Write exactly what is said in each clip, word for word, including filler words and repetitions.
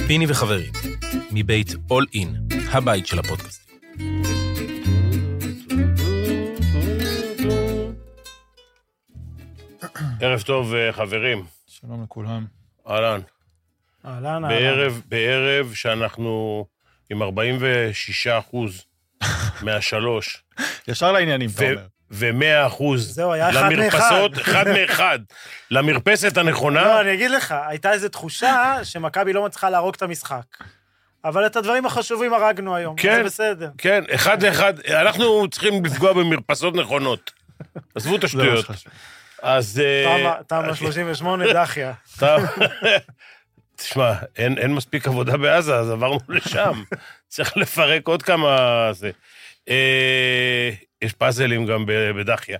פיני וחברים, מבית All In, הבית של הפודקאסט. ערב טוב, חברים. שלום לכולם. אהלן. אהלן, אהלן. בערב, בערב שאנחנו עם ארבעים ושישה אחוז מהשלוש. ישר לעניינים, אתה אומר. ו-מאה אחוז זהו, היה אחד למרפסות, מאחד. אחד מאחד, למרפסת הנכונה. לא, אני אגיד לך, הייתה איזו תחושה שמכבי לא מצליחה להרוג את המשחק. אבל את הדברים החשובים הרגנו היום, כן, זה בסדר. כן, אחד לאחד, אנחנו צריכים לפגוע במרפסות נכונות. עזבו את השטויות. אז... תמה שלושים ושמונה, דחיה. תשמע, אין, אין מספיק עבודה בעזה, אז עברנו לשם. צריך לפרק עוד כמה... זה. אה, יש פאזלים גם בדחיה.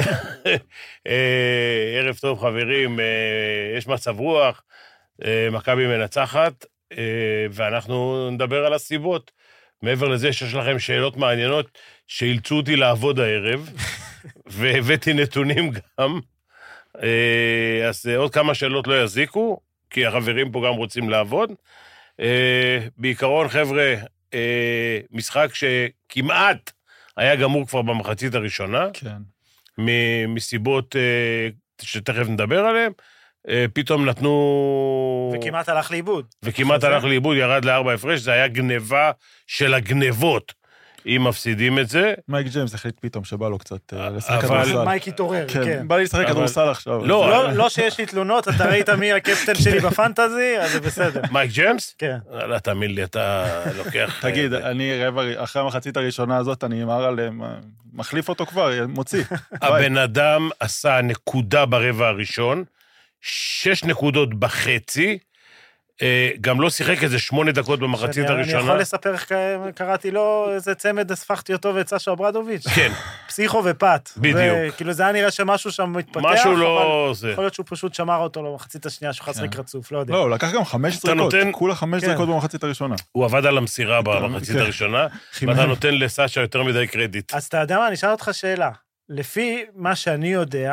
אה, ערב טוב, חברים, אה, יש מצב רוח, אה, מכבי מנצחת, אה, ואנחנו נדבר על הסיבות. מעבר לזה שיש לכם שאלות מעניינות, שאילצו אותי לעבוד הערב, והבאתי נתונים גם. אה, אז עוד כמה שאלות לא יזיקו, כי החברים פה גם רוצים לעבוד. אה, בעיקרון, חבר'ה, אה, משחק שכמעט היה גמור כבר במחצית הראשונה, כן. מסיבות אה, שתכף נדבר עליהן, אה, פתאום נתנו... וכמעט הלך לאיבוד. וכמעט הלך לאיבוד, ירד לארבע הפרש, זה היה גניבה של הגנבות, אם מפסידים את זה. מייק ג'יימס החליט פתאום שבא לו קצת לשחק אבל- כדורסל. מייק התעורר, כן. כן, בא לי לשחק אבל- כדורסל עכשיו. לא, לא לא שיש לי תלונות, אתה ראית מי הקפטן שלי בפנטזי, אז זה בסדר. מייק ג'יימס? כן. לא, תאמין לי, אתה לוקח... תגיד, אני רבע, אחרי המחצית הראשונה הזאת, אני אמר עליהם, מחליף אותו כבר, מוציא. הבן אדם עשה נקודה ברבע הראשון, שש נקודות בחצי, גם לא שיחק איזה שמונה דקות במחצית אני- הראשונה. אני יכול לספר איך קראתי לו, איזה צמד הספחתי אותו ואת סשה אברדוביץ'. כן, פסיכו ופת. בדיוק. כאילו זה היה נראה שמשהו שם מתפתח, משהו אבל לא... זה. יכול להיות שהוא פשוט שמר אותו למחצית השנייה, שהוא חסריק כן. רצוף, לא יודע. לא, הוא לקח גם חמש אתה זריקות, נותן- כולה חמש כן. זריקות במחצית הראשונה. הוא עבד על המסירה במחצית כן. הראשונה, חימם. ואתה נותן לסשה יותר מדי קרדיט. אז אתה יודע מה, אני אשאל אותך שאלה. לפי מה שאני יודע,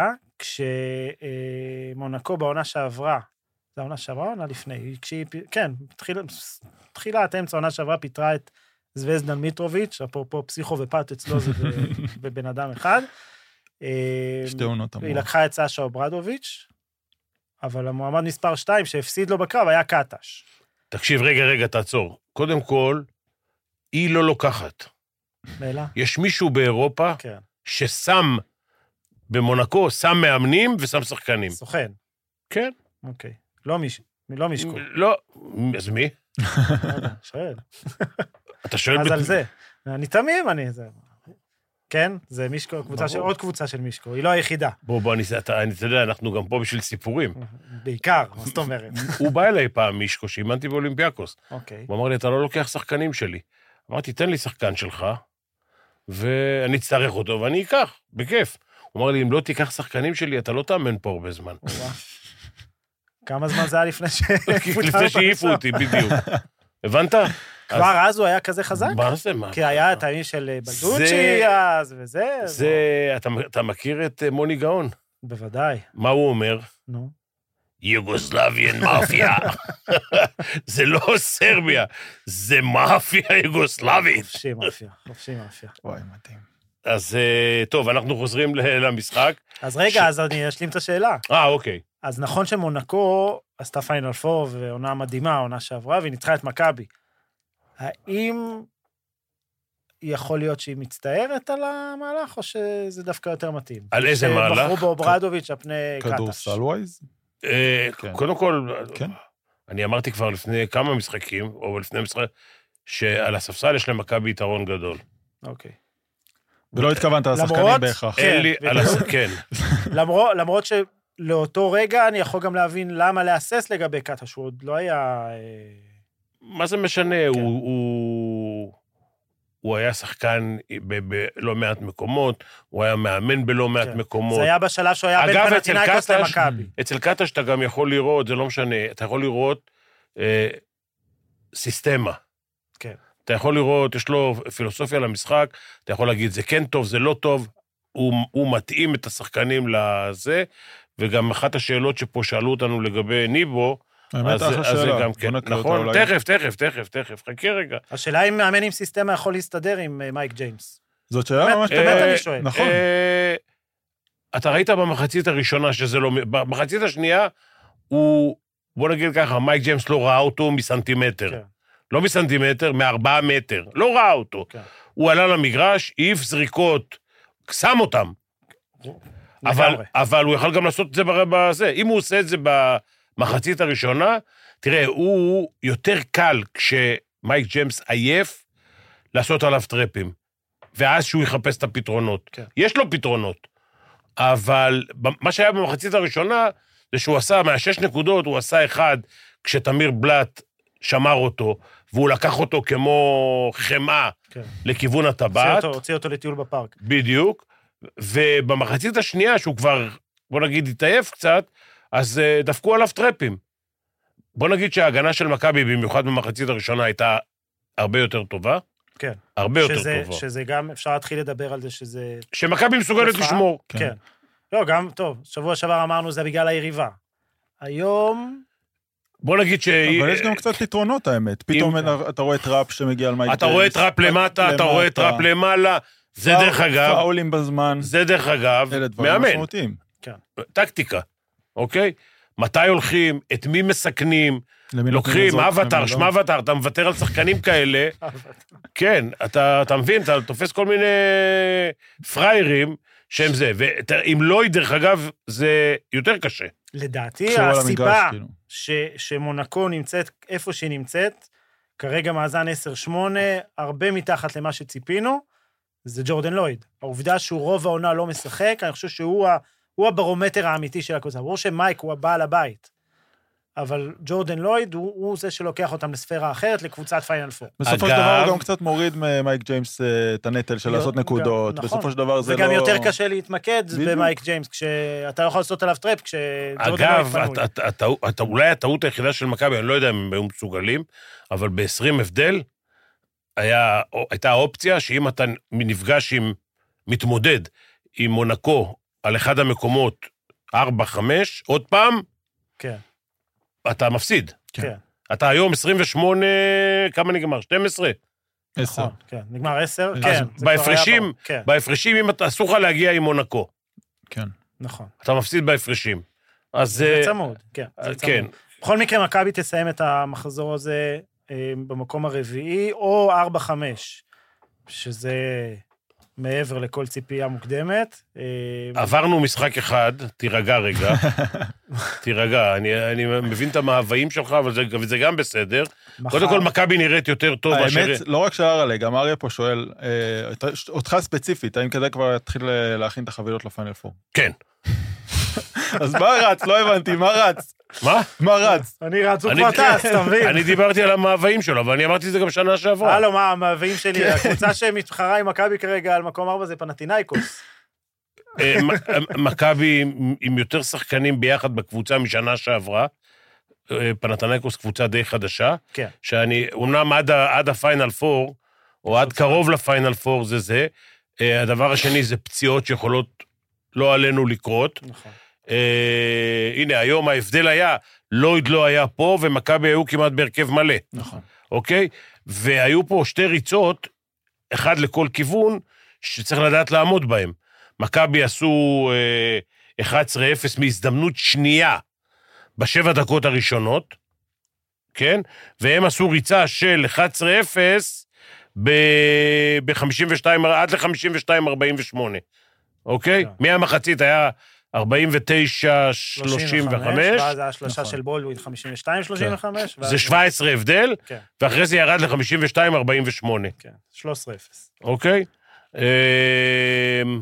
כשמונקו בעונה שעברה, זה העונה שעברה, עונה לפני, כשהיא, כן, תחילה, תחילה, אמצע העונה שעברה, פיתרה את זווזדן מיטרוביץ', אפרופו פסיכו ופת אצלו, זה בבן אדם אחד. שתי עונות היא אמרו. לקחה את סשה אברדוביץ', אבל המועמד מספר שתיים שהפסיד לו בקרב היה קטש. תקשיב, רגע, רגע, תעצור. קודם כל, היא לא לוקחת. מאלה? יש מישהו באירופה כן. ששם במונקו, שם מאמנים ושם שחקנים. סוכן. כן. אוקיי. לא מיש... לא מישקו. לא, אז מי? לא יודע, שואל. אתה שואל... אז בת- על זה. אני תמים, אני... זה... כן? זה מישקו, קבוצה של... ברור. עוד קבוצה של מישקו, היא לא היחידה. בוא, בוא, אני אתה- אני אתה יודע, אנחנו גם פה בשביל סיפורים. בעיקר, מה זאת אומרת? הוא בא אליי פעם, מישקו, שאימנתי באולימפיאקוס. אוקיי. הוא אמר לי, אתה לא לוקח שחקנים שלי. אמרתי, תן לי שחקן שלך, ואני אצטרך אותו, ואני אקח, בכיף. הוא אמר לי, אם לא תיקח שחקנים שלי, אתה לא תאמן פה הרבה זמן. וואו. כמה זמן זה היה לפני ש... לפני שהעיפו אותי, בדיוק. הבנת? כבר אז הוא היה כזה חזק? מה זה, מה? כי היה את הימים של בלדוצ'י זה- אז, וזה... זה, אתה, אתה מכיר את אה, מוני גאון? בוודאי. מה הוא אומר? נו. יוגוסלביאן מאפיה. זה לא סרביה, זה מאפיה יוגוסלבית. חופשי מאפיה, חופשי מאפיה. וואי, מדהים. אז אה, טוב, אנחנו חוזרים ל- למשחק. אז רגע, אז אני אשלים את השאלה. אה, אוקיי. אז נכון שמונקו עשתה פיינל פור ועונה מדהימה, עונה שעברה, והיא ניצחה את מכבי. האם יכול להיות שהיא מצטערת על המהלך, או שזה דווקא יותר מתאים? על איזה מהלך? שבחרו באוברדוביץ' על פני קטש. כדורסל ווייז? אה, כן. קודם כל, כן. אני אמרתי כבר לפני כמה משחקים, או לפני משחק, שעל הספסל יש למכבי יתרון גדול. אוקיי. ולא התכוונת לשחקנים למרות- בהכרח. כן, אין לי, בדיוק. על הס- כן. למרות, למרות שלאותו רגע אני יכול גם להבין למה להסס לגבי קטש, הוא עוד לא היה... אה, מה זה משנה? הוא, הוא, הוא היה שחקן ב- בלא מעט מקומות, הוא היה מאמן בלא מעט כן. מקומות. זה היה בשלב שהוא היה בין אגב, אצל פנתינייקוס קטש, למכבי. אצל קטש אתה גם יכול לראות, זה לא משנה, אתה יכול לראות אה, סיסטמה. כן. אתה יכול לראות, יש לו פילוסופיה למשחק, אתה יכול להגיד, זה כן טוב, זה לא טוב, הוא, הוא מתאים את השחקנים לזה, וגם אחת השאלות שפה שאלו אותנו לגבי ניבו, האמת, אז אחלה אז זה שאלה. גם כן, בוא נקריא אותה נכון, אולי. תכף, תכף, תכף, תכף, חכה רגע. השאלה אם מאמן עם סיסטמה יכול להסתדר עם אה, מייק ג'יימס. זאת שאלה באמת, ממש באמת טובה. אני שואל. נכון. אה, אתה ראית במחצית הראשונה שזה לא... במחצית השנייה, הוא, בוא נגיד ככה, מייק ג'יימס לא ראה אותו מסנטימטר. כן. לא מסנטימטר, מארבעה מטר. לא ראה אותו. כן. הוא עלה למגרש, העיף זריקות, שם אותם. אבל, לגמרי. אבל הוא יכול גם לעשות את זה בזה. אם הוא עושה את זה במחצית הראשונה, תראה, הוא יותר קל כשמייק ג'יימס עייף לעשות עליו טרפים. ואז שהוא יחפש את הפתרונות. כן. יש לו פתרונות. אבל מה שהיה במחצית הראשונה, זה שהוא עשה, מהשש נקודות, הוא עשה אחד, כשתמיר בלט שמר אותו, והוא לקח אותו כמו חמאה כן. לכיוון הוציא הטבעת. אותו- הוציא אותו לטיול בפארק. בדיוק. ובמחצית השנייה, שהוא כבר, בוא נגיד, התעייף קצת, אז uh, דפקו עליו טרפים. בוא נגיד שההגנה של מכבי, במיוחד במחצית הראשונה, הייתה הרבה יותר טובה. כן. הרבה יותר שזה, טובה. שזה גם, אפשר להתחיל לדבר על זה שזה... שמכבי מסוגלת תופעה. לשמור. כן. כן. לא, גם, טוב, שבוע שעבר אמרנו זה בגלל היריבה. היום... בוא נגיד ש... אבל יש גם קצת פתרונות, האמת. פתאום אם- אתה רואה טראפ שמגיע על מייק אתה רואה טראפ למטה, אתה רואה טראפ למעלה. זה דרך אגב, פאולים בזמן. זה דרך אגב, אלה דברים מאמן, משמעותיים. טקטיקה, אוקיי? מתי הולכים, את מי מסכנים, למי לוקחים נותנים לזאת, אבטר, למי לא. שמאבטר, אתה מוותר על שחקנים כאלה, כן, אתה, אתה מבין, אתה תופס כל מיני פריירים שהם זה, ועם לואי, דרך אגב, זה יותר קשה. לדעתי, תחשבו על הסיבה המגרש, כאילו. ש, שמונקו נמצאת איפה שהיא נמצאת, כרגע מאזן עשר שמונה, הרבה מתחת למה שציפינו, זה ג'ורדן לויד. העובדה שהוא רוב העונה לא משחק, אני חושב שהוא ה, הוא הברומטר האמיתי של הקבוצה. ברור שמייק הוא הבעל הבית, אבל ג'ורדן לויד הוא, הוא זה שלוקח אותם לספירה אחרת, לקבוצת פיינל פור. בסופו של אגב- דבר הוא גם קצת מוריד ממייק ג'יימס אה, את הנטל של לעשות גם- נקודות. נכון. בסופו של דבר זה לא... וגם יותר קשה להתמקד בדיוק. במייק ג'יימס, כשאתה לא יכול לעשות עליו טראפ, כשג'ורדן לויד אגב, פנוי. את- את- הטעות- הט- אולי הטעות היחידה של מכבי, אני לא יודע אם הם היו מסוגלים, אבל ב-עשרים הבדל, היה, הייתה האופציה שאם אתה נפגש עם מתמודד, עם מונקו, על אחד המקומות, ארבע, חמש, עוד פעם, כן, אתה מפסיד. כן. אתה היום עשרים ושמונה, כמה נגמר? שתים עשרה? עשר. נכון, כן, נגמר עשר, אז כן. זה כבר היה בהפרשים, ברור, כן, בהפרשים, אם אתה, אסור לך להגיע עם מונקו, כן. נכון. אתה מפסיד בהפרשים. אז זה אה, צמוד, כן. זה אה, צמוד. כן. בכל מקרה, מכבי תסיים את המחזור הזה אה, במקום הרביעי, או ארבע חמש, שזה מעבר לכל ציפייה מוקדמת. אה, עברנו משחק אחד, תירגע רגע, תירגע, אני, אני מבין את המאוויים שלך, אבל זה, וזה גם בסדר. מחר- קודם כל, מכבי נראית יותר טוב מאשר... האמת, לא רק של ארלה, גם אריה פה שואל, אה, אתה- אותך ספציפית, האם כדאי כבר להתחיל אה, להכין את החבילות לפיינל פור? כן. אז מה רץ? לא הבנתי, מה רץ? מה? מה רץ? אני רץ, הוא אני- כבר טס, אתה מבין? אני דיברתי על המאוויים שלו, אבל אני אמרתי את זה גם שנה שעברה. הלו, מה, המאוויים שלי, הקבוצה שמתחרה עם מכבי כרגע על מקום ארבע זה פנטינאיקוס. אה, מ- מכבי עם- עם יותר שחקנים ביחד בקבוצה משנה שעברה, אה, פנתנייקוס קבוצה די חדשה, כן. שאני, אומנם עד ה- עד הפיינל פור, או עד קרוב לפיינל פור זה זה, אה, הדבר השני זה פציעות שיכולות לא עלינו לקרות. נכון. אה, הנה, היום ההבדל היה, לויד לא היה פה, ומכבי היו כמעט בהרכב מלא. נכון. אוקיי? והיו פה שתי ריצות, אחד לכל כיוון, שצריך לדעת לעמוד בהם. מכבי עשו אה, אחת עשרה אפס מהזדמנות שנייה בשבע דקות הראשונות, כן? והם עשו ריצה של אחת עשרה אפס ב-חמישים ושתיים, עד ל-חמישים ושתיים ארבעים ושמונה, אוקיי? כן. מהמחצית היה ארבעים ותשע שלושים וחמש, ואז היה שלושה נכון. של בולדווין חמישים ושתיים שלושים וחמש. זה שבע עשרה הבדל, כן, ואחרי זה ירד ל-חמישים ושתיים ארבעים ושמונה. כן, שלוש עשרה אפס. אוקיי? אמ,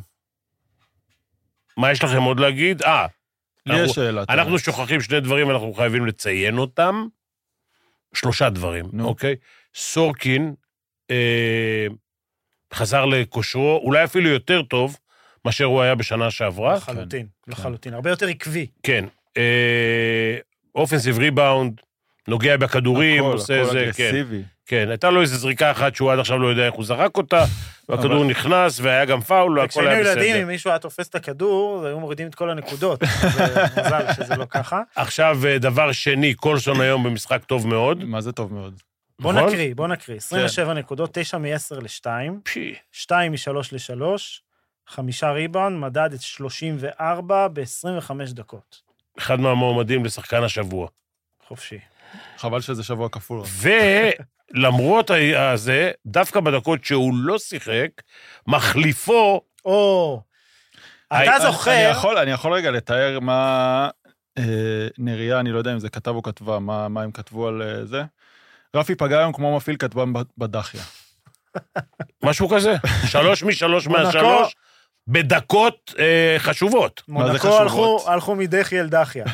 מה יש לכם עוד להגיד? אה, לי אנחנו- יש שאלה. אנחנו שוכחים שני דברים, אנחנו חייבים לציין אותם. שלושה דברים, נו. אוקיי? סורקין אה, חזר לכושרו, אולי אפילו יותר טוב מאשר הוא היה בשנה שעברה. לחלוטין, לחלוטין. הרבה יותר עקבי. כן. אופנסיב ריבאונד, נוגע בכדורים, הכל, עושה הכל זה, כן. אגרסיבי. כן, הייתה לו איזו זריקה אחת שהוא עד עכשיו לא יודע איך הוא זרק אותה, והכדור נכנס, והיה גם פאול, והכל היה בסדר. כשהיינו ילדים, אם מישהו היה תופס את הכדור, היו מורידים את כל הנקודות. זה מזל שזה לא ככה. עכשיו, דבר שני, קולסון היום במשחק טוב מאוד. מה זה טוב מאוד? בוא נקריא, בוא נקריא. עשרים ושבע נקודות, תשע מ-עשר ל-שתיים, שתיים מ-שלוש ל-שלוש, חמישה ריבאונד, מדד את שלושים וארבע ב-עשרים וחמש דקות. אחד מהמועמדים לשחקן השבוע. חופשי. חבל שזה שבוע כפול. ולמרות הזה, דווקא בדקות שהוא לא שיחק, מחליפו... או, אתה זוכר... אני יכול, אני יכול רגע לתאר מה נריה, אני לא יודע אם זה כתב או כתבה, מה, מה הם כתבו על זה. רפי פגע היום כמו מפעיל כתבה בדחיה. משהו כזה. שלוש משלוש מהשלוש, בדקות אה, חשובות. מונקו הלכו, הלכו מדחי אל דחיה.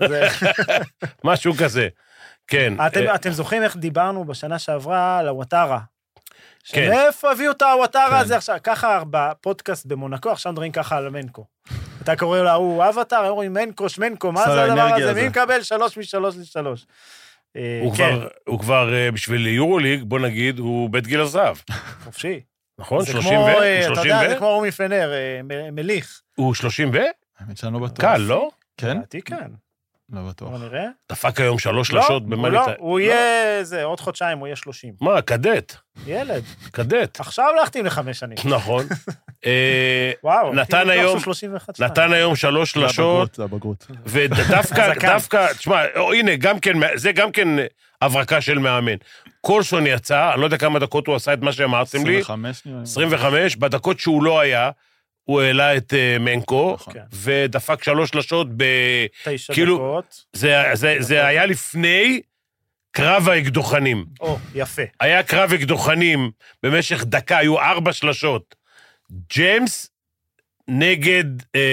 משהו כזה. כן. אתם, אה, אתם זוכרים איך דיברנו בשנה שעברה על הוואטרה? כן. מאיפה הביאו את הוואטרה הזה עכשיו? ככה בפודקאסט במונקו, עכשיו מדברים ככה על מנקו. אתה קורא לה, הוא אבטר, הם אומרים מנקו, שמנקו, מה זה הדבר הזה? מי מקבל שלוש משלוש לשלוש? הוא כבר, הוא כבר בשביל יורוליג, בוא נגיד, הוא בית גיל הזהב. חופשי. נכון? זה שלושים כמו, ו? אתה יודע, זה כמו רומי פנר, מליך. הוא שלושים ו? האמת שאני לא בטוח. קל, לא? כן? לדעתי כן. לא בטוח. בוא נראה. דפק היום שלוש שלשות. לא, לא, הוא יהיה, זה, עוד חודשיים הוא יהיה שלושים. מה, קדט. ילד. קדט. עכשיו להחתים לחמש שנים. נכון. וואו, נתן היום, נתן היום שלוש שלשות. זה הבגרות. ודווקא, דווקא, תשמע, הנה, גם כן, זה גם כן הברקה של מאמן. קולסון יצא, אני לא יודע כמה דקות הוא עשה את מה שאמרתם לי. עשרים וחמש. עשרים וחמש, בדקות שהוא לא היה, הוא העלה את מנקו, ודפק שלוש שלשות ב... תשע כאילו, דקות. זה היה לפני קרב האקדוחנים. או, יפה. היה קרב אקדוחנים במשך דקה, היו ארבע שלשות. ג'יימס נגד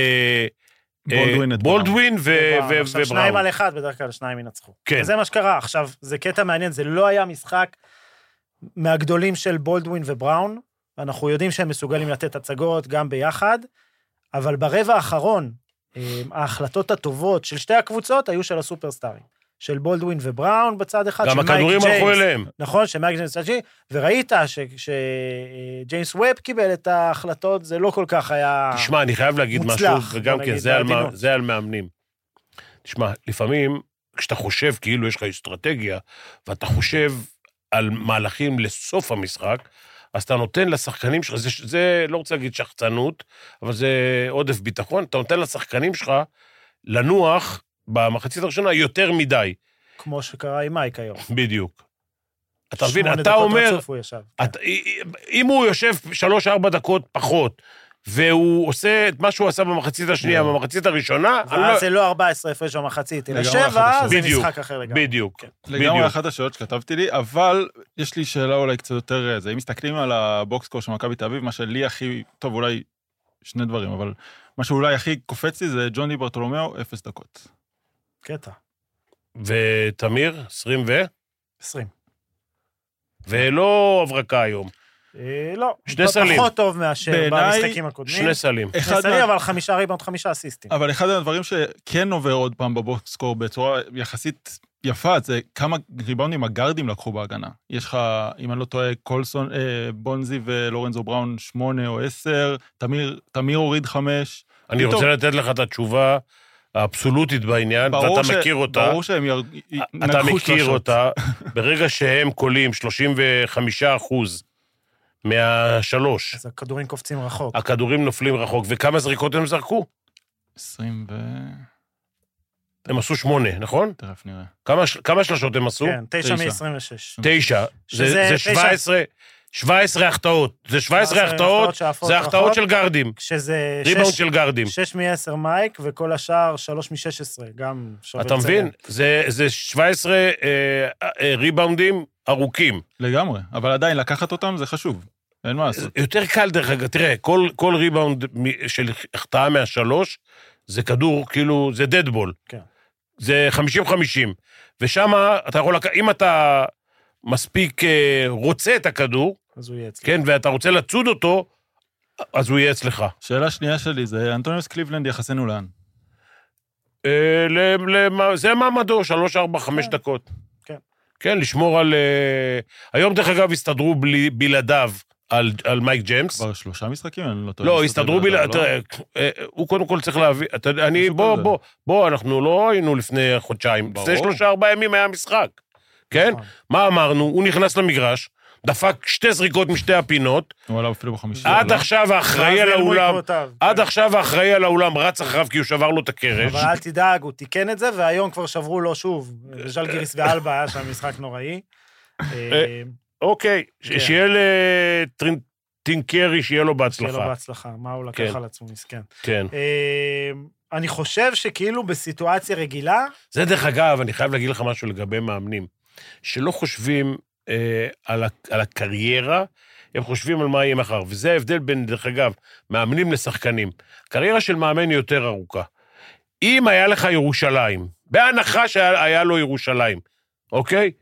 בולדווין ובראון. עכשיו שניים על אחד, בדרך כלל שניים ינצחו. כן. וזה מה שקרה. עכשיו, זה קטע מעניין, זה לא היה משחק מהגדולים של בולדווין ובראון, אנחנו יודעים שהם מסוגלים לתת הצגות גם ביחד, אבל ברבע האחרון, ההחלטות הטובות של שתי הקבוצות היו של הסופרסטארים, של בולדווין ובראון בצד אחד, גם הכדורים הלכו אליהם. נכון, שמייק ג'יימס בצד שני, וראית שג'יימס ווב קיבל את ההחלטות, זה לא כל כך היה מוצלח. תשמע, אני חייב להגיד משהו, וגם כן, זה על מאמנים. תשמע, לפעמים, כשאתה חושב כאילו יש לך אסטרטגיה, ואתה חושב על מהלכים לסוף המשחק, אז אתה נותן לשחקנים שלך, זה, זה לא רוצה להגיד שחצנות, אבל זה עודף ביטחון, אתה נותן לשחקנים שלך לנוח במחצית הראשונה יותר מדי. כמו שקרה עם מייק היום. בדיוק. אתה מבין, אתה אומר, אתה, אם הוא יושב שלוש, ארבע דקות פחות, והוא עושה את מה שהוא עשה במחצית השנייה, במחצית הראשונה... ואז זה לא ארבע עשרה הפרש במחצית, אלא שבע, זה משחק אחר לגמרי. בדיוק. לגמרי אחת השאלות שכתבתי לי, אבל יש לי שאלה אולי קצת יותר... אם מסתכלים על הבוקסקור של מכבי תל אביב, מה שלי הכי... טוב, אולי שני דברים, אבל מה שאולי הכי קופץ לי זה ג'וני ברטולומיאו, אפס דקות. קטע. ותמיר, עשרים ו? עשרים. ולא הברקה היום. לא, שני סלים. פחות טוב מאשר במשחקים הקודמים. שני סלים. שני סלים, אבל חמישה ריבאונד, חמישה אסיסטים. אבל אחד הדברים שכן עובר עוד פעם בבוקסקור בצורה יחסית יפה, זה כמה ריבאונדים הגארדים לקחו בהגנה. יש לך, אם אני לא טועה, קולסון, בונזי ולורנזו בראון שמונה או עשר, תמיר הוריד חמש. אני רוצה לתת לך את התשובה האבסולוטית בעניין, ואתה מכיר אותה. ברור שהם אתה מכיר אותה. ברגע שהם קולים שלושים וחמישה אחוז מהשלוש. אז הכדורים קופצים רחוק. הכדורים נופלים רחוק. וכמה זריקות הם זרקו? עשרים ו... הם עשו שמונה, נכון? תכף נראה. כמה, כמה שלשות הם עשו? כן, תשע מ-עשרים ושש. תשע. זה, זה שבע עשרה, שבע עשרה החטאות. זה שבע עשרה החטאות, זה החטאות של גרדים. שזה ריבאונד של גרדים. שש מ-עשר מייק, וכל השאר שלוש מ-שש עשרה, גם שווה אתה מבין? זה, זה שבע עשרה אה, אה, ריבאונדים ארוכים. לגמרי, אבל עדיין לקחת אותם זה חשוב. אין מה לעשות. יותר קל דרך אגב, תראה, כל, כל ריבאונד של החטאה מהשלוש, זה כדור, כאילו, זה דדבול. כן. זה חמישים חמישים. ושם אתה יכול, לק... אם אתה מספיק רוצה את הכדור, אז הוא יהיה אצלך. כן, ואתה רוצה לצוד אותו, אז הוא יהיה אצלך. שאלה שנייה שלי, זה אנטוניוס קליבלנד יחסנו לאן? אה, ל... ל... זה מעמדו, שלוש, ארבע, חמש דקות. כן. כן, לשמור על... היום, דרך אגב, הסתדרו בלעדיו על, על מייק ג'יימס. כבר שלושה משחקים, אני לא טועה. לא, הסתדרו בלעדיו, לא? הוא קודם כל צריך להביא, אתה יודע, אני, בוא, בוא, בוא, אנחנו לא היינו לפני חודשיים, לפני שלושה, ארבעה ימים היה משחק, כן? מה אמרנו? הוא נכנס למגרש, דפק שתי זריקות משתי הפינות, הוא עליו אפילו בחמישי. עד עכשיו האחראי על האולם, עד עכשיו האחראי על האולם רץ אחריו כי הוא שבר לו את הקרש. אבל אל תדאג, הוא תיקן את זה, והיום כבר שברו לו שוב. ז'לגיריס ואלבה היה שם משחק נוראי. אוקיי, שיהיה לטינקרי, שיהיה לו בהצלחה. שיהיה לו בהצלחה, מה הוא לקח על עצמו, מסכן. כן. אני חושב שכאילו בסיטואציה רגילה... זה דרך אגב, אני חייב להגיד לך משהו לגבי מאמנים, שלא חושבים על הקריירה, הם חושבים על מה יהיה מחר, וזה ההבדל בין, דרך אגב, מאמנים לשחקנים. קריירה של מאמן היא יותר ארוכה. אם היה לך ירושלים, בהנחה שהיה לו ירושלים, אוקיי?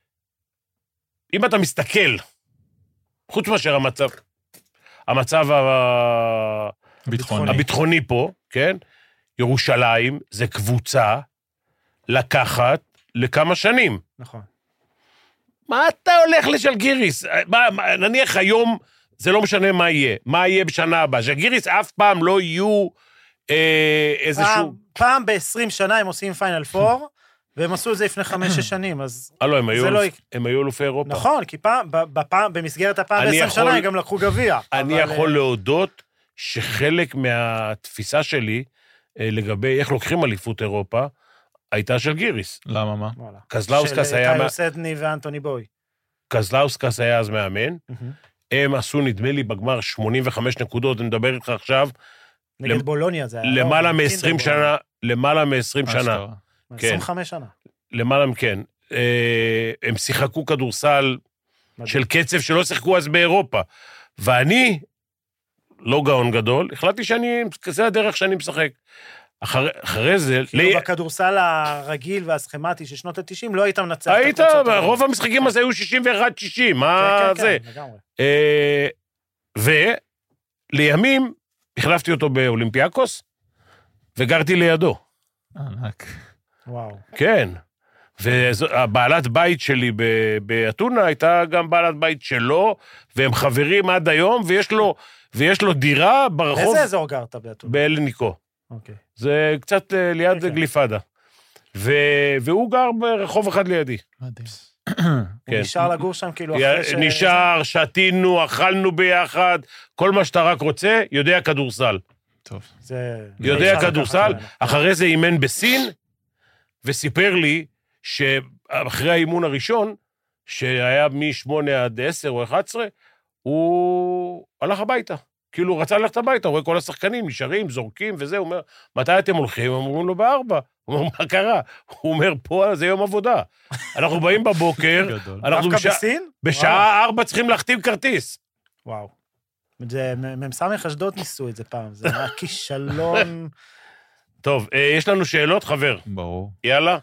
אם אתה מסתכל, חוץ מאשר המצב, המצב ביטחוני. הביטחוני פה, כן? ירושלים זה קבוצה לקחת לכמה שנים. נכון. מה אתה הולך לשלגיריס? נניח היום, זה לא משנה מה יהיה. מה יהיה בשנה הבאה? שלגיריס אף פעם לא יהיו איזשהו... פעם ב-עשרים שנה הם עושים פיינל פור, והם עשו את זה לפני חמש-שש שנים, אז... לא, הם היו אלופי אירופה. נכון, כי במסגרת הפעם ב-עשרים שנה הם גם לקחו גביע. אני יכול להודות שחלק מהתפיסה שלי, לגבי איך לוקחים אליפות אירופה, הייתה של גיריס. למה, מה? קזלאוסקס היה... של טיילר סדני ואנטוני בוי. קזלאוסקס היה אז מאמן. הם עשו, נדמה לי, בגמר שמונים וחמש נקודות, אני מדבר איתך עכשיו. נגד בולוניה זה היה... למעלה מ-עשרים שנה, למעלה מ-עשרים שנה. עשרים וחמש שנה. למעלה מכן. הם שיחקו כדורסל של קצב שלא שיחקו אז באירופה. ואני, לא גאון גדול, החלטתי שאני, זה הדרך שאני משחק. אחרי, אחרי זה... כאילו לי... בכדורסל הרגיל והסכמטי של שנות ה-תשעים, לא היית מנצח. היית, רוב המשחקים הזה היו שישים ואחת שישים, מה כן, כן, זה? כן, לגמרי. אה, ולימים החלפתי אותו באולימפיאקוס, וגרתי לידו. ענק. וואו. כן. והבעלת בית שלי באתונה הייתה גם בעלת בית שלו, והם חברים עד היום, ויש לו, ויש לו דירה ברחוב... איזה אזור גרת באתונה? באלניקו. אוקיי. זה קצת ליד כן. גליפדה. ו... והוא גר ברחוב אחד לידי. מדהים. הוא נשאר לגור שם כאילו אחרי ש... נשאר, שתינו, אכלנו ביחד, כל מה שאתה רק רוצה, יודע כדורסל. טוב. זה... יודע כדורסל, אחרי זה אימן בסין, וסיפר לי שאחרי האימון הראשון, שהיה מ-שמונה עד עשר או אחת עשרה, הוא הלך הביתה. כאילו הוא רצה ללכת הביתה, הוא רואה כל השחקנים, נשארים, זורקים וזה, הוא אומר, מתי אתם הולכים? אומרים לו בארבע. הוא אומר, מה קרה? הוא אומר, פה זה יום עבודה. אנחנו באים בבוקר, אנחנו דווקא בסין? בשעה ארבע צריכים להחתים כרטיס. וואו. ממסמך אשדוד ניסו את זה פעם, זה היה כישלון... טוב, יש לנו שאלות, חבר. ברור. יאללה.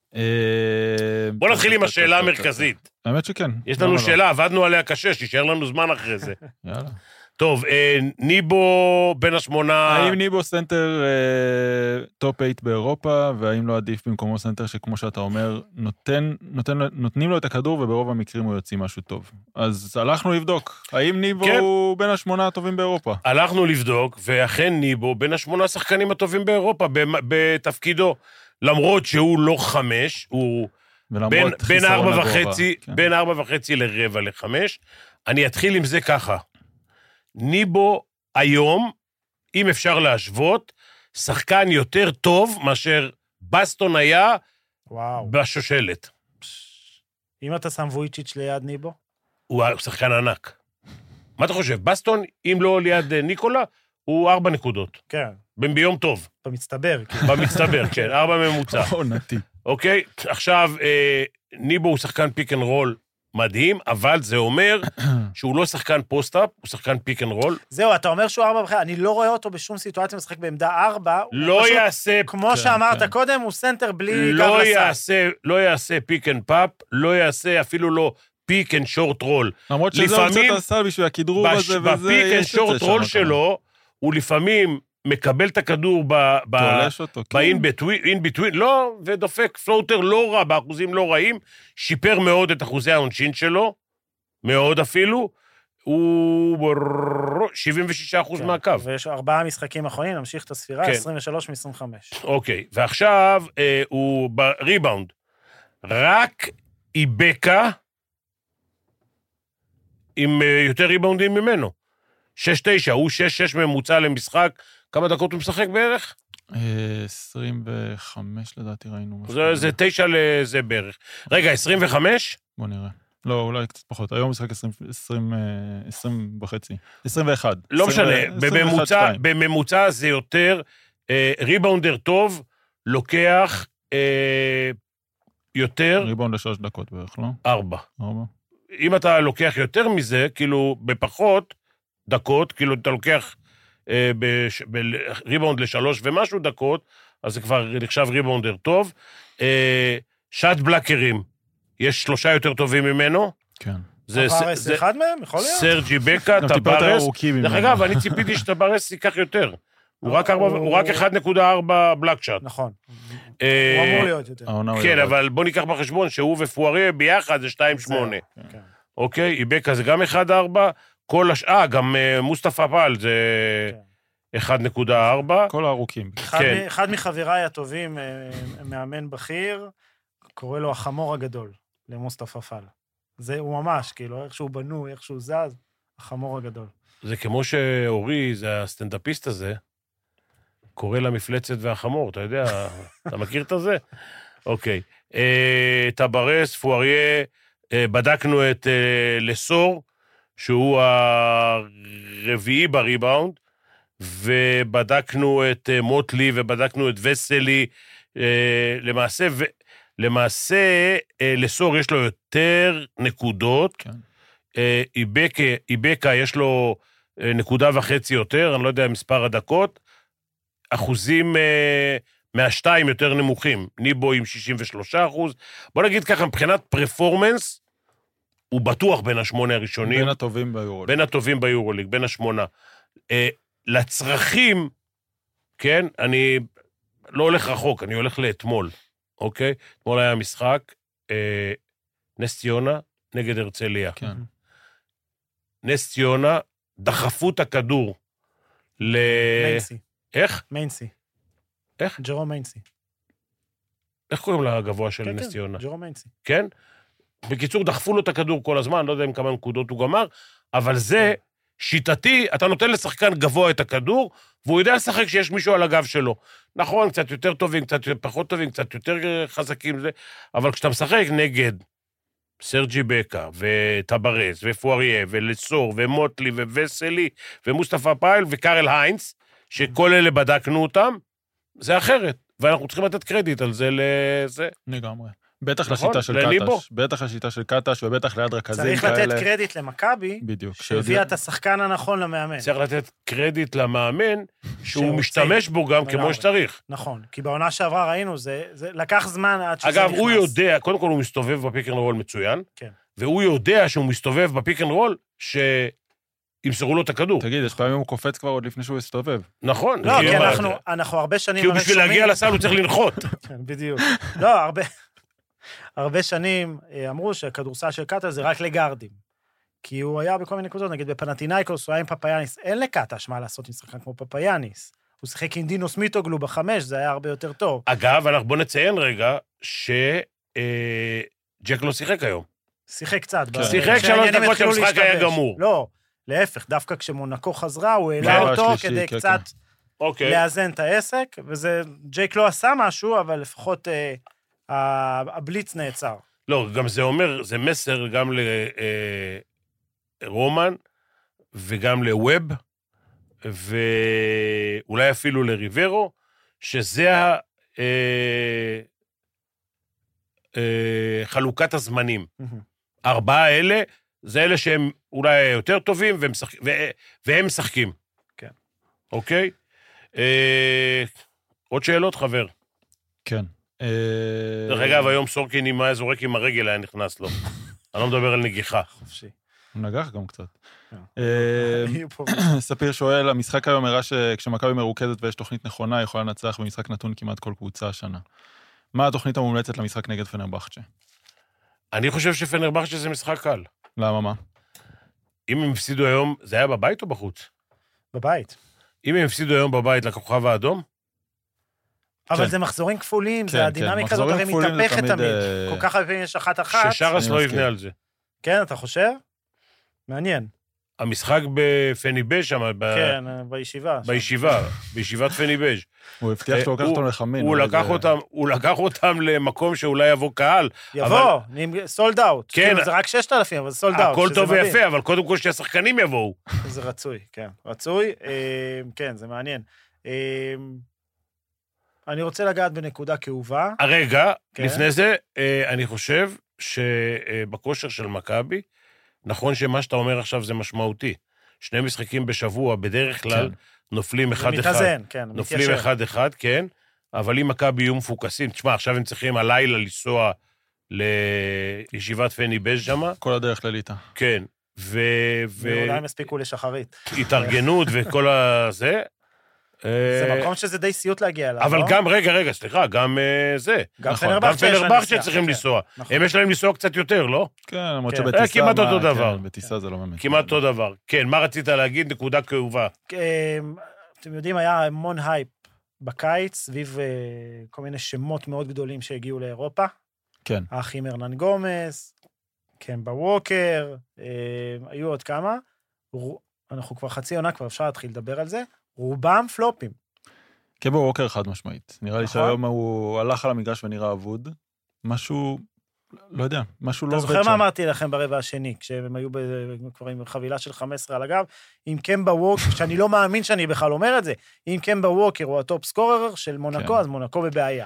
בוא נתחיל עם השאלה המרכזית. האמת שכן. יש לנו שאלה, עבדנו עליה קשה, שישאר לנו זמן אחרי זה. יאללה. טוב, ניבו בין השמונה... האם ניבו סנטר טופ שמונה באירופה, והאם לא עדיף במקומו סנטר שכמו שאתה אומר, נותן, נותן, נותנים לו את הכדור, וברוב המקרים הוא יוציא משהו טוב. אז הלכנו לבדוק, האם ניבו כן. הוא בין השמונה הטובים באירופה? הלכנו לבדוק, ואכן ניבו בין השמונה השחקנים הטובים באירופה, בתפקידו, למרות שהוא לא חמש, הוא בין, בין ארבע וחצי, כן. בין ארבע וחצי לרבע לחמש. אני אתחיל עם זה ככה. ניבו היום, אם אפשר להשוות, שחקן יותר טוב מאשר בסטון היה וואו. בשושלת. אם אתה שם וויצ'יץ' ליד ניבו? הוא שחקן ענק. מה אתה חושב? בסטון, אם לא ליד ניקולה, הוא ארבע נקודות. כן. ביום טוב. במצטבר. במצטבר, כן, ארבע ממוצע. עונתי. אוקיי, עכשיו, ניבו הוא שחקן פיק אנד רול, מדהים, אבל זה אומר שהוא לא שחקן פוסט-אפ, הוא שחקן פיק אנד רול. זהו, אתה אומר שהוא ארבע בחר, אני לא רואה אותו בשום סיטואציה משחק בעמדה ארבע. לא יעשה... כמו שאמרת קודם, הוא סנטר בלי קו לסל. לא יעשה פיק אנד פאפ, לא יעשה אפילו לא פיק אנד שורט רול. למרות שזה הוצאת הסל בשביל הכדרור הזה וזה... בפיק אנד שורט רול שלו, הוא לפעמים מקבל את הכדור ב... תולש אותו, כן. ב-in between, in between, לא, ודופק פלוטר לא רע, באחוזים לא רעים, שיפר מאוד את אחוזי העונשין שלו, מאוד אפילו, הוא שבעים ושישה אחוז כן. מהקו. ויש ארבעה משחקים אחרונים, נמשיך את הספירה, כן. עשרים ושלוש מ-עשרים וחמש. אוקיי, ועכשיו אה, הוא בריבאונד. רק איבקה, עם אה, יותר ריבאונדים ממנו. שש תשע, הוא שש שש ממוצע למשחק. כמה דקות הוא משחק בערך? עשרים וחמש לדעתי ראינו. זה, זה תשע לזה בערך. רגע, עשרים וחמש? בוא נראה. לא, אולי קצת פחות. היום משחק עשרים, עשרים, עשרים וחצי. עשרים ואחת. לא משנה, בממוצע, בממוצע זה יותר, אה, ריבאונדר טוב, לוקח אה, יותר... ריבאונד לשלוש דקות בערך, לא? ארבע. ארבע. אם אתה לוקח יותר מזה, כאילו בפחות דקות, כאילו אתה לוקח אה, בש, בריבאונד לשלוש ומשהו דקות, אז זה כבר נחשב ריבאונדר טוב. אה, שט בלקרים, יש שלושה יותר טובים ממנו. כן. זה, טברס זה, אחד מהם, יכול להיות? סרג'י בקה, טברס. דרך אגב, אני ציפיתי שטברס ייקח יותר. הוא רק, ארבע, הוא רק אחד נקודה ארבע בלק שוט. נכון. אה, הוא אמור להיות יותר. כן, אבל בוא ניקח בחשבון שהוא ופואריה ביחד זה שתיים שמונה. כן. אוקיי, איבקה זה גם אחד ארבע, כל השעה, גם מוסטפא פעל זה אחד נקודה ארבע. כל הארוכים. כן. אחד מחבריי הטובים, מאמן בכיר, קורא לו החמור הגדול, למוסטפא פעל. זה הוא ממש, כאילו, איך שהוא בנוי, איך שהוא זז, החמור הגדול. זה כמו שאורי, זה הסטנדאפיסט הזה, קורא למפלצת והחמור, אתה יודע, אתה מכיר את זה? אוקיי. טברס, פואריה, בדקנו את לסור, שהוא הרביעי בריבאונד, ובדקנו את מוטלי, ובדקנו את וסלי, למעשה, למעשה, לסור יש לו יותר נקודות, כן. איבקה, איבקה יש לו נקודה וחצי יותר, אני לא יודע מספר הדקות, אחוזים מהשתיים יותר נמוכים, ניבו עם שישים ושלושה אחוז, בוא נגיד ככה, מבחינת פרפורמנס, הוא בטוח בין השמונה הראשונים. בין הטובים ביורוליג. בין הטובים ביורוליג, בין השמונה. לצרכים, כן, אני לא הולך רחוק, אני הולך לאתמול, אוקיי? אתמול היה משחק, נס ציונה נגד הרצליה. כן. נס ציונה דחפו את הכדור ל... מיינסי. איך? מיינסי. איך? ג'רום מיינסי. איך קוראים לגבוה של כן, נס כן, ציונה? ג'רום מיינסי. כן? בקיצור, דחפו לו את הכדור כל הזמן, לא יודע עם כמה נקודות הוא גמר, אבל זה שיטתי, אתה נותן לשחקן גבוה את הכדור, והוא יודע לשחק שיש מישהו על הגב שלו. נכון, קצת יותר טובים, קצת פחות טובים, קצת יותר חזקים, זה, אבל כשאתה משחק נגד סרג'י בקה, וטברס, ופואריה, ולסור, ומוטלי, ווסלי, ומוסטפא פעל, וקארל היינץ, שכל אלה בדקנו אותם, זה אחרת. ואנחנו צריכים לתת קרדיט על זה לזה. לגמרי. בטח נכון, לשיטה של לניבו. קטש, בטח לשיטה של קטש, ובטח ליד רכזים כאלה. צריך לתת קרדיט למכבי, בדיוק. שהביאה את השחקן הנכון למאמן. צריך לתת קרדיט למאמן, שהוא שהוא משתמש בו גם לגמרי. כמו שצריך. נכון, כי בעונה שעברה ראינו, זה, זה לקח זמן עד שזה אגב, נכנס. הוא יודע, קודם כל הוא מסתובב בפיק אנד רול מצוין, כן. והוא יודע שהוא מסתובב בפיק אנד רול, שימסרו לו את הכדור. תגיד, יש פעמים הוא קופץ כבר עוד לפני שהוא הסתובב. נכון. לא, כי מה- אנחנו, אנחנו הרבה שנים... כי הוא הרי בשביל שומעים- להגיע לסל הוא צריך לנחות. כן, בדיוק. לא, הרבה, הרבה שנים אה, אמרו שהכדורסל של קטש זה רק לגארדים. כי הוא היה בכל מיני נקודות, נגיד בפנטינאיקוס, הוא היה עם פפאיאניס. אין לקטש מה לעשות עם שחקן כמו פפאיאניס. הוא שיחק עם דינוס מיטוגלו בחמש, זה היה הרבה יותר טוב. אגב, אנחנו בוא נציין רגע, שג'ק לא שיחק היום. שיחק קצת. ב- שיחק שלוש כשהעניינים דקות התחילו שהמשחק היה להשתבש. גמור. לא, להפך, דווקא כשמונקו חזרה, הוא העלה כן. אותו השלישי, כדי כן, קצת אוקיי. לאזן את העסק, וזה, ג'ייק לא עשה משהו, אבל לפחות אה, ה- הבליץ נעצר. לא, גם זה אומר, זה מסר גם לרומן, וגם לווב, ואולי אפילו לריברו, שזה ה... אה, אה, חלוקת הזמנים. ארבעה אלה, זה אלה שהם אולי יותר טובים, והם, שח... ו... והם משחקים. כן. אוקיי? אה, עוד שאלות, חבר. כן. דרך אגב, היום סורקין עם היה זורק עם הרגל היה נכנס לו. אני לא מדבר על נגיחה. חופשי. הוא נגח גם קצת. אה. אה, יהיו פה- ספיר שואל, המשחק היום הראה שכשמכבי מרוכזת ויש תוכנית נכונה, היא יכולה לנצח במשחק נתון כמעט כל קבוצה השנה. מה התוכנית המומלצת למשחק נגד פנרבחצ'ה? אני חושב שפנרבחצ'ה זה משחק קל. למה מה? אם הם הפסידו היום, זה היה בבית או בחוץ? בבית. אם הם הפסידו היום בבית לכוכב האדום, אבל כן. זה מחזורים כפולים, כן, זה כן. הדינמיקה הזאת, מחזורים הרי כפולים זה מתהפכת תמיד, תמיד. אה, כל כך הרבה פעמים יש אחת-אחת. ששרס אני לא מסכים. יבנה על זה. כן, אתה חושב? מעניין. המשחק בפניבז' שם, ב- כן, בישיבה. שם. בישיבה, בישיבת פניבז'. הוא הבטיח שהוא לוקח הוא- אותם לחמין. הוא אולי לקח זה- אותם, הוא לקח אותם למקום שאולי יבוא קהל. יבוא, סולד אאוט. כן. זה רק ששת אלפים, אבל סולד אאוט. הכל טוב ויפה, אבל קודם כל שהשחקנים יבואו. זה רצוי, כן. רצוי, אה, כן, זה מעניין. אה, אני רוצה לגעת בנקודה כאובה. הרגע, כן. לפני זה, אה, אני חושב שבכושר של מכבי, נכון שמה שאתה אומר עכשיו זה משמעותי. שני משחקים בשבוע, בדרך כלל, כן. נופלים זה אחד-אחד. מתאזן, כן, נופלים מתיישר. אחד-אחד, כן, אבל אם מכבי יהיו מפוקסים, תשמע, עכשיו הם צריכים הלילה לנסוע לישיבת פניבז' שמה, כל הדרך לליטה. כן, ו... ואולי הם הספיקו לשחרית. והתארגנות וכל הזה. זה אה, מקום שזה די סיוט להגיע אליו, אבל לא? גם, רגע, רגע, סליחה, גם אה, זה. גם נכון, גם פנרבחצ'ה יש להם פנרבחצ'ה נסיעה, צריכים כן, לנסוע. נכון. הם יש להם לנסוע קצת יותר, לא? כן, למרות כן. שבטיסה... אה, כמעט מה, אותו כן, דבר. בטיסה זה לא באמת. כמעט אותו דבר. כן, מה רצית להגיד? נקודה כאובה. אה, אתם יודעים, היה המון הייפ בקיץ, סביב אה, כל מיני שמות מאוד גדולים שהגיעו לאירופה. כן. האחים הרנן גומס, קמבה ווקר, אה, היו עוד כמה. רו- אנחנו כבר חצי עונה, כבר אפשר להתחיל לדבר על זה. רובם פלופים. קמבה ווקר חד משמעית. נראה לי נכון. שהיום הוא הלך על המגרש ונראה אבוד. משהו, לא יודע, משהו לא אתה עובד שם. זוכר מה אמרתי לכם ברבע השני, כשהם היו ב- כבר עם חבילה של חמש עשרה על הגב, עם קמבה ווקר, שאני לא מאמין שאני בכלל אומר את זה, אם קמבה ווקר הוא הטופ סקורר של מונקו, כן. אז מונקו בבעיה.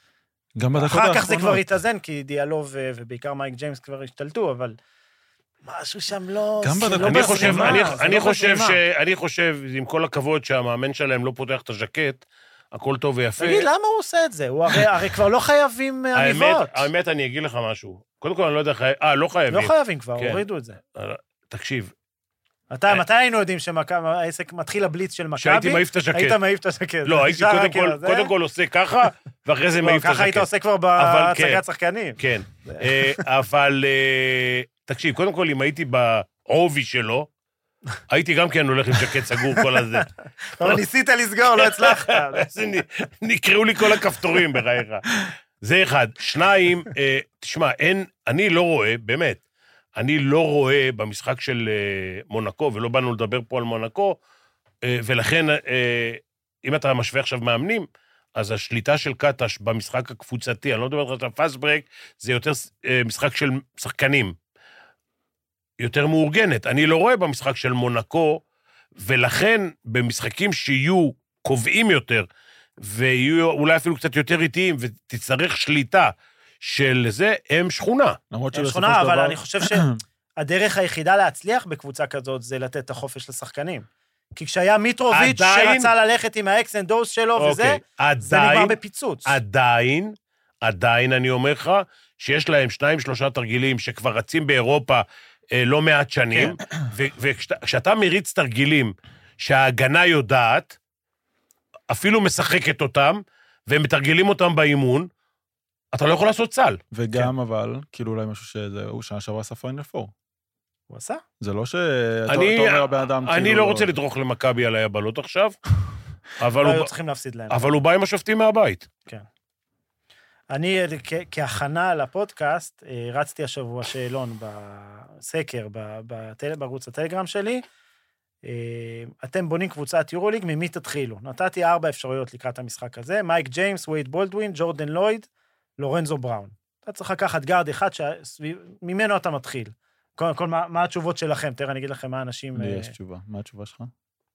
גם בדקות אחר כך זה האחרונות. כבר התאזן, כי דיאלו ו- ובעיקר מייק ג'יימס כבר השתלטו, אבל משהו שם לא... גם זה בדקות לא אני בזרימה, חושב, בזרימה, אני, זה אני לא חושב בזרימה. ש... אני חושב, עם כל הכבוד שהמאמן שלהם לא פותח את הז'קט, הכל טוב ויפה. תגיד, למה הוא עושה את זה? הוא הרי, הרי כבר לא חייבים האמת, עניבות. האמת, אני אגיד לך משהו. קודם כל, אני לא יודע, חי... אה, לא חייבים. לא חייבים כבר, כן. הורידו את זה. תקשיב, אתה, מתי היינו יודעים שהעסק מתחיל הבליץ של מכבי? שהייתי מעיף את הז'קט. היית מעיף את הז'קט. לא, הייתי נשאר קודם רק עם כל, הזה. קודם כל עושה ככה, ואחרי זה לא, מעיף את הז'קט. ככה היית עושה כבר אבל כן. בהצגת שחקנים. כן. אה, אבל, אה, תקשיב, קודם כל, אם הייתי בעובי שלו, הייתי גם כן הולך עם ז'קט סגור כל הזה. אבל ניסית לסגור, לא הצלחת. זה נ- נקראו לי כל הכפתורים בחייך. זה אחד. שניים, אה, תשמע, אין, אני לא רואה, באמת, אני לא רואה במשחק של אה, מונקו, ולא באנו לדבר פה על מונקו, אה, ולכן, אה, אם אתה משווה עכשיו מאמנים, אז השליטה של קטש במשחק הקבוצתי, אני לא מדבר לך על פאסט ברייק, זה יותר אה, משחק של שחקנים, יותר מאורגנת. אני לא רואה במשחק של מונקו, ולכן במשחקים שיהיו קובעים יותר, ויהיו אולי אפילו קצת יותר איטיים, ותצטרך שליטה של זה, הם שכונה. למרות הם שבסופו של שכונה, דבר... אבל אני חושב שהדרך היחידה להצליח בקבוצה כזאת, זה לתת את החופש לשחקנים. כי כשהיה מיטרוביץ' עדיין- שרצה ללכת עם האקס אנד דוס שלו וזה, אוקיי. זה נגמר עדיין, בפיצוץ. עדיין, עדיין אני אומר לך, שיש להם שניים, שלושה תרגילים שכבר רצים באירופה אה, לא מעט שנים, וכשאתה מריץ תרגילים שההגנה יודעת, אפילו משחקת אותם, והם מתרגלים אותם באימון, אתה לא יכול לעשות סל. וגם אבל, כאילו אולי משהו שזה, הוא שנה שעבר עשה פיינל פור. הוא עשה? זה לא ש... אני- אתה אומר הבן אדם, אני כאילו- לא רוצה לדרוך למכבי על היבלות עכשיו, אבל לא הוא היו בא- צריכים להפסיד להם. אבל הוא בא עם השופטים מהבית. אני, כ- כהכנה לפודקאסט, אה, רצתי השבוע שאלון בסקר, ב- בטל- בערוץ הטלגרם שלי. אה, אתם בונים קבוצת יורוליג, ממי תתחילו? נתתי ארבע אפשרויות לקראת המשחק הזה, מייק ג'יימס, וייד בולדווין, ג'ורדן לויד, לורנזו בראון. אתה צריך לקחת גארד אחד, שממנו אתה מתחיל. קודם כל, מה, מה התשובות שלכם? תראה, אני אגיד לכם מה אנשים... לי אה, יש תשובה. מה התשובה שלך?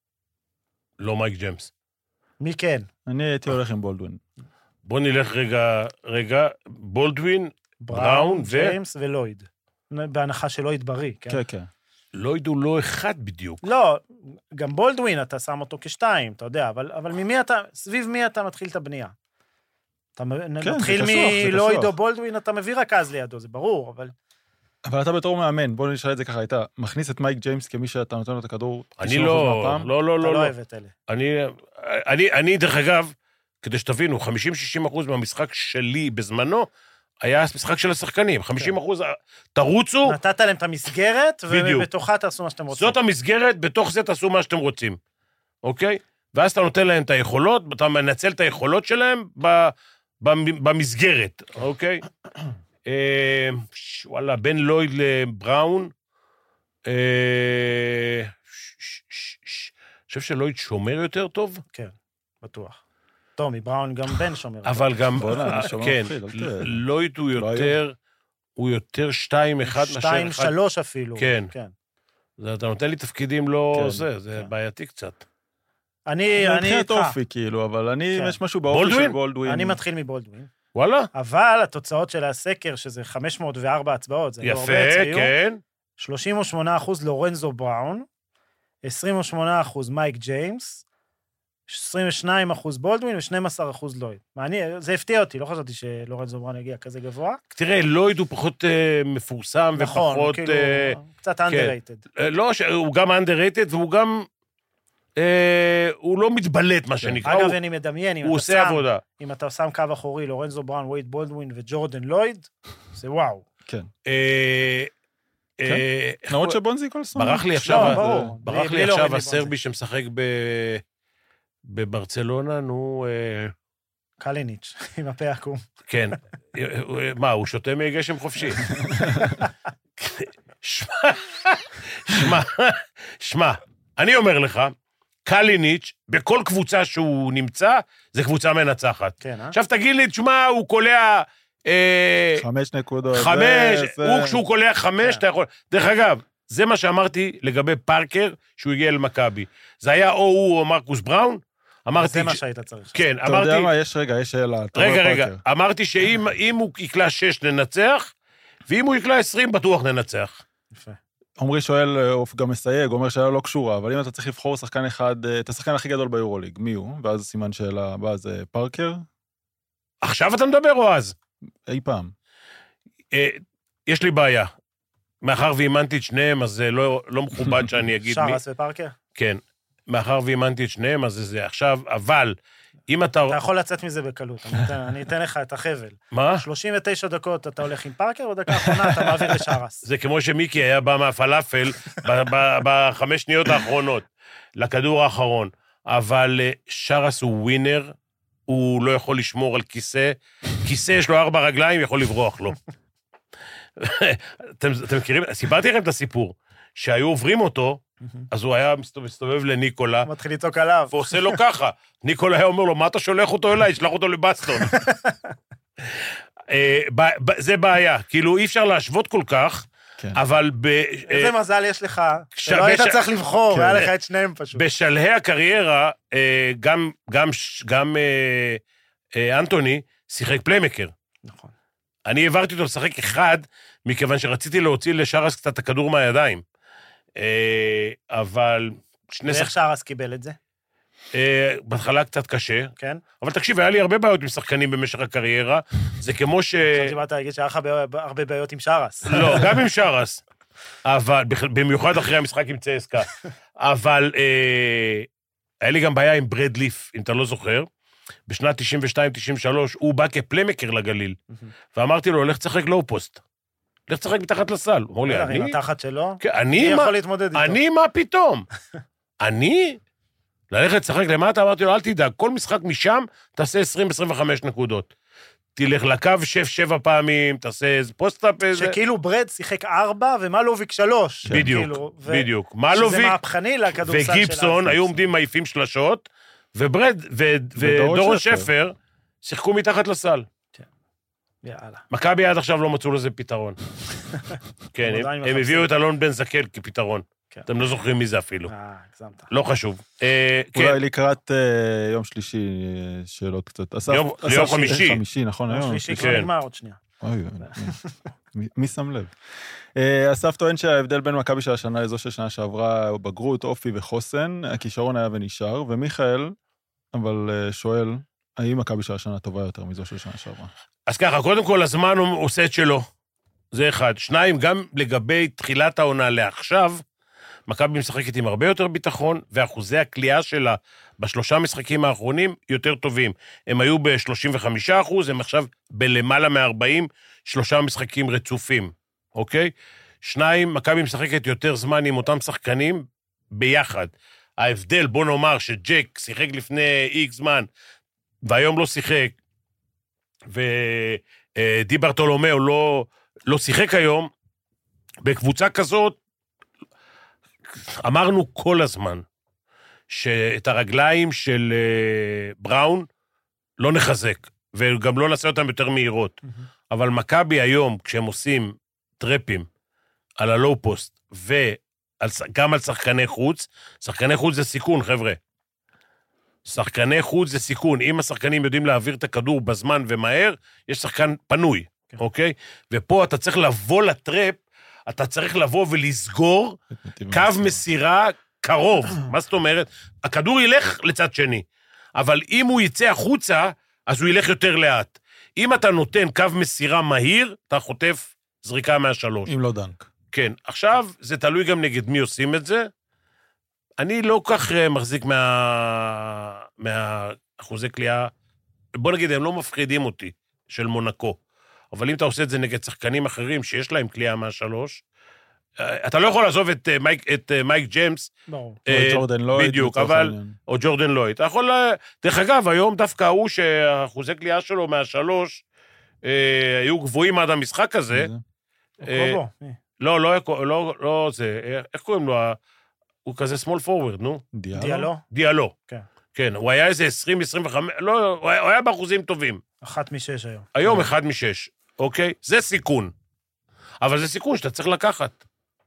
לא מייק ג'יימס. מי כן? אני הייתי הולך עם בולדווין. בוא נלך רגע, רגע, בולדווין, בראון ו... ג'יימס ולויד. בהנחה שלויד בריא, כן? כן, כן. לא ידעו לא אחד בדיוק. לא, גם בולדווין אתה שם אותו כשתיים, אתה יודע, אבל, אבל ממי אתה, סביב מי אתה מתחיל את הבנייה? אתה זה מתחיל קשוח, זה מלויד קשוח. או בולדווין, אתה מביא רכז לידו, זה ברור, אבל... אבל אתה בתור מאמן, בוא נשאל את זה ככה, היית מכניס את מייק ג'יימס כמי שאתה נותן לו את הכדור אני לא, לא, לא, אתה לא. לא אוהב את אלה. אני, אני, אני, דרך אגב, כדי שתבינו, חמישים שישים אחוז מהמשחק שלי בזמנו, היה משחק של השחקנים. חמישים אחוז, תרוצו. נתת להם את המסגרת, בדיוק. ובתוכה תעשו מה שאתם רוצים. זאת המסגרת, בתוך זה תעשו מה שאתם רוצים. אוקיי? ואז אתה נותן להם את היכולות, אתה מנצל את היכולות שלהם ב, במסגרת. אוקיי? וואלה, בין לויד לבראון, אני חושב שלויד שומר יותר טוב. כן, בטוח. טומי בראון גם בן שומר. אבל גם, כן, מפחיד, לויד הוא יותר, הוא יותר שתיים, אחד מאשר אחד. שתיים, שלוש אפילו. כן. כן. אתה נותן לי תפקידים לא כן, זה, זה כן. בעייתי קצת. אני, אני מבחינת איתך. אופי, כאילו, אבל אני, כן. יש משהו באופי של בולדווין? בולדווין. אני מתחיל מבולדווין. וואלה? אבל התוצאות של הסקר, שזה חמש מאות וארבע הצבעות, זה לא יפה, הרבה הצביעו, כן. שלושים ושמונה אחוז לורנזו בראון, עשרים ושמונה אחוז מייק ג'יימס, עשרים ושניים אחוז בולדווין ו-שנים עשר אחוז לויד. מעניין, זה הפתיע אותי, לא חשבתי שלורנזו בראון יגיע כזה גבוה. תראה, לויד הוא פחות אה, מפורסם נכון, ופחות... כאילו, אה, קצת underrated. אה, לא, ש- הוא גם underrated והוא גם... אה, הוא לא מתבלט, מה שנקרא. אגב, הוא- אני מדמיין, אם הוא אתה עושה שם, עבודה. אם אתה שם קו אחורי, לורנזו בראון, וייד בולדווין וג'ורדן לויד, זה וואו. כן. אה, אה, איך למרות הוא- שבונזי קולסון. ברח לי לא, עכשיו, ברור. ברח בלי- לי בלי עכשיו להוריד הסרבי שמשחק ב- בברצלונה, נו, אה, קליניץ', עם הפה עקום. כן. מה, הוא שותה מגשם חופשי. שמע, שמע, שמע, אני אומר לך, קליניץ', בכל קבוצה שהוא נמצא, זה קבוצה מנצחת. כן, אה? עכשיו תגיד לי, תשמע, הוא קולע אה, חמש נקודות. חמש, זה- זה- הוא כשהוא קולע חמש, כן. אתה יכול... דרך אגב, זה מה שאמרתי לגבי פארקר, שהוא הגיע למכבי. זה היה או הוא או מרקוס בראון, אמרתי... זה מה שהיית צריך. כן, אתה יודע אמרתי... מה, יש רגע, יש שאלה. אתה רגע, רואה רגע, פארקר. אמרתי שאם אם הוא יקלע שש, ננצח, ואם הוא יקלע עשרים, בטוח ננצח. יפה. עמרי שואל, הוא גם מסייג, אומר שאלה לא קשורה, אבל אם אתה צריך לבחור שחקן אחד, את השחקן הכי גדול ביורוליג, מי הוא? ואז סימן שאלה הבאה זה פארקר, עכשיו אתה מדבר או אז? אי פעם. אה, יש לי בעיה. מאחר ואימנתי את שניהם, אז זה לא, לא מכובד שאני אגיד מי. שרס ופארקר? כן. מאחר ואימנתי את שניהם, אז זה עכשיו, אבל, אם אתה... אתה יכול לצאת מזה בקלות, אני אתן- אני אתן לך את החבל. מה? שלושים ותשע דקות אתה הולך עם פארקר, בדקה האחרונה אתה מעביר לשרס. זה כמו שמיקי היה בא מהפלאפל ב- ב- בחמש שניות האחרונות, לכדור האחרון. אבל אה, שרס הוא ווינר, הוא לא יכול לשמור על כיסא, כיסא יש לו ארבע רגליים, יכול לברוח לו. אתם, אתם מכירים, סיפרתי לכם את הסיפור, שהיו עוברים אותו, אז הוא היה מסתובב, מסתובב לניקולה, הוא מתחיל לצעוק עליו. ועושה לו ככה. ניקולה היה אומר לו, מה אתה שולח אותו אליי? שלח אותו לבסטון. אה, ב- ב- זה בעיה, כאילו אי אפשר להשוות כל כך, כן. אבל ב- איזה אה, מזל יש לך, כש- שלא היית בש- צריך לבחור, כן. היה לך את שניהם פשוט. בשלהי הקריירה, אה, גם, גם, ש- גם אה, אה, אנטוני שיחק פליימקר. נכון. אני העברתי אותו לשחק אחד, מכיוון שרציתי להוציא לשרס קצת את הכדור מהידיים. אה, אבל שני ואיך שחק... שרס קיבל את זה, אה, בהתחלה קצת קשה, כן? אבל תקשיב, היה לי הרבה בעיות עם שחקנים במשך הקריירה, זה כמו ש... חשבתי שבאת להגיד שהיה לך הרבה בעיות עם שרס. לא, גם עם שרס, אבל במיוחד אחרי המשחק עם צסקה. אבל אה, היה לי גם בעיה עם ברד ליף, אם אתה לא זוכר. בשנת תשעים ושתיים תשעים ושלוש הוא בא כפליימקר לגליל, ואמרתי לו, לך תשחק לואו פוסט. לך תשחק מתחת לסל. הוא אמר לי, עם אני? התחת שלו, כן, מי אני מה? יכול להתמודד איתו? אני מה פתאום? אני? ללכת לשחק למטה, אמרתי לו, אל תדאג, כל משחק משם, תעשה עשרים עשרים וחמש נקודות. תלך לקו שף שבע פעמים, תעשה איזה פוסט-אפ איזה... שכאילו ברד שיחק ארבע ומלוביק שלוש. בדיוק, כאילו, ו- בדיוק. שזה מלוביק מהפכני לכדורסל של וגיבסון אז. היו עומדים מעיפים שלשות, וברד ו- ודורון ודורון שפר. שפר שיחקו מתחת לסל. יאללה. מכבי עד עכשיו לא מצאו לזה פתרון. כן, הם- עדיין הם מחפשים. הביאו את אלון בן זקן כפתרון. כן. אתם לא זוכרים מי זה אפילו. אה, הגזמת. לא חשוב. אה, כן, אולי לקראת אה, יום שלישי, אה, שאלות קצת. אסף- יום- אסף- יום חמישי. חמישי, נכון, יום היום. שלישי שלישי. כבר כן. נגמר עוד שנייה. אוי, אוי, מי- מי שם לב? אה, אסף טוען שההבדל בין מכבי של השנה לזו של שנה שעברה הוא בגרות, אופי וחוסן, הכישרון היה ונשאר, ומיכאל, אבל אה, שואל, האם מכבי של השנה טובה יותר מזו של שנה שעברה? אז ככה, קודם כל הזמן הוא עושה את שלו. זה אחד. שניים, גם לגבי תחילת העונה לעכשיו, מכבי משחקת עם הרבה יותר ביטחון, ואחוזי הקליעה שלה בשלושה משחקים האחרונים יותר טובים. הם היו ב-שלושים וחמישה אחוז, הם עכשיו בלמעלה מ-ארבעים, שלושה משחקים רצופים, אוקיי? שניים, מכבי משחקת יותר זמן עם אותם שחקנים ביחד. ההבדל, בוא נאמר שג'ק שיחק לפני איקס זמן, והיום לא שיחק, ודי ברטולומיאו לא, לא שיחק היום, בקבוצה כזאת, אמרנו כל הזמן, שאת הרגליים של בראון לא נחזק, וגם לא נעשה אותם יותר מהירות. Mm-hmm. אבל מכבי היום, כשהם עושים טרפים על הלואו פוסט, וגם על שחקני חוץ, שחקני חוץ זה סיכון, חבר'ה. שחקני חוץ זה סיכון. אם השחקנים יודעים להעביר את הכדור בזמן ומהר, יש שחקן פנוי, כן. אוקיי? ופה אתה צריך לבוא לטרפ, אתה צריך לבוא ולסגור קו מסירה קרוב. מה זאת אומרת? הכדור ילך לצד שני, אבל אם הוא יצא החוצה, אז הוא ילך יותר לאט. אם אתה נותן קו מסירה מהיר, אתה חוטף זריקה מהשלוש. אם לא דנק. כן, עכשיו זה תלוי גם נגד מי עושים את זה. אני לא כך מחזיק מה... מהאחוזי קליעה, בוא נגיד, הם לא מפחידים אותי, של מונקו. אבל אם אתה עושה את זה נגד שחקנים אחרים שיש להם קליעה מהשלוש, אתה לא יכול לעזוב את מייק, את מייק ג'יימס, ברור. או ג'ורדן לויד. בדיוק, אבל, או ג'ורדן לויד. אתה יכול, דרך אגב, היום דווקא הוא שהאחוזי קליעה שלו מהשלוש, היו גבוהים עד המשחק הזה. לא, לא, לא, לא, זה, איך קוראים לו? הוא כזה small forward, נו? דיאלו? דיאלו. כן. כן, הוא היה איזה עשרים עשרים וחמש, לא, הוא היה, הוא היה באחוזים טובים. אחת משש היום. היום אחד משש, אוקיי? זה סיכון. אבל זה סיכון שאתה צריך לקחת.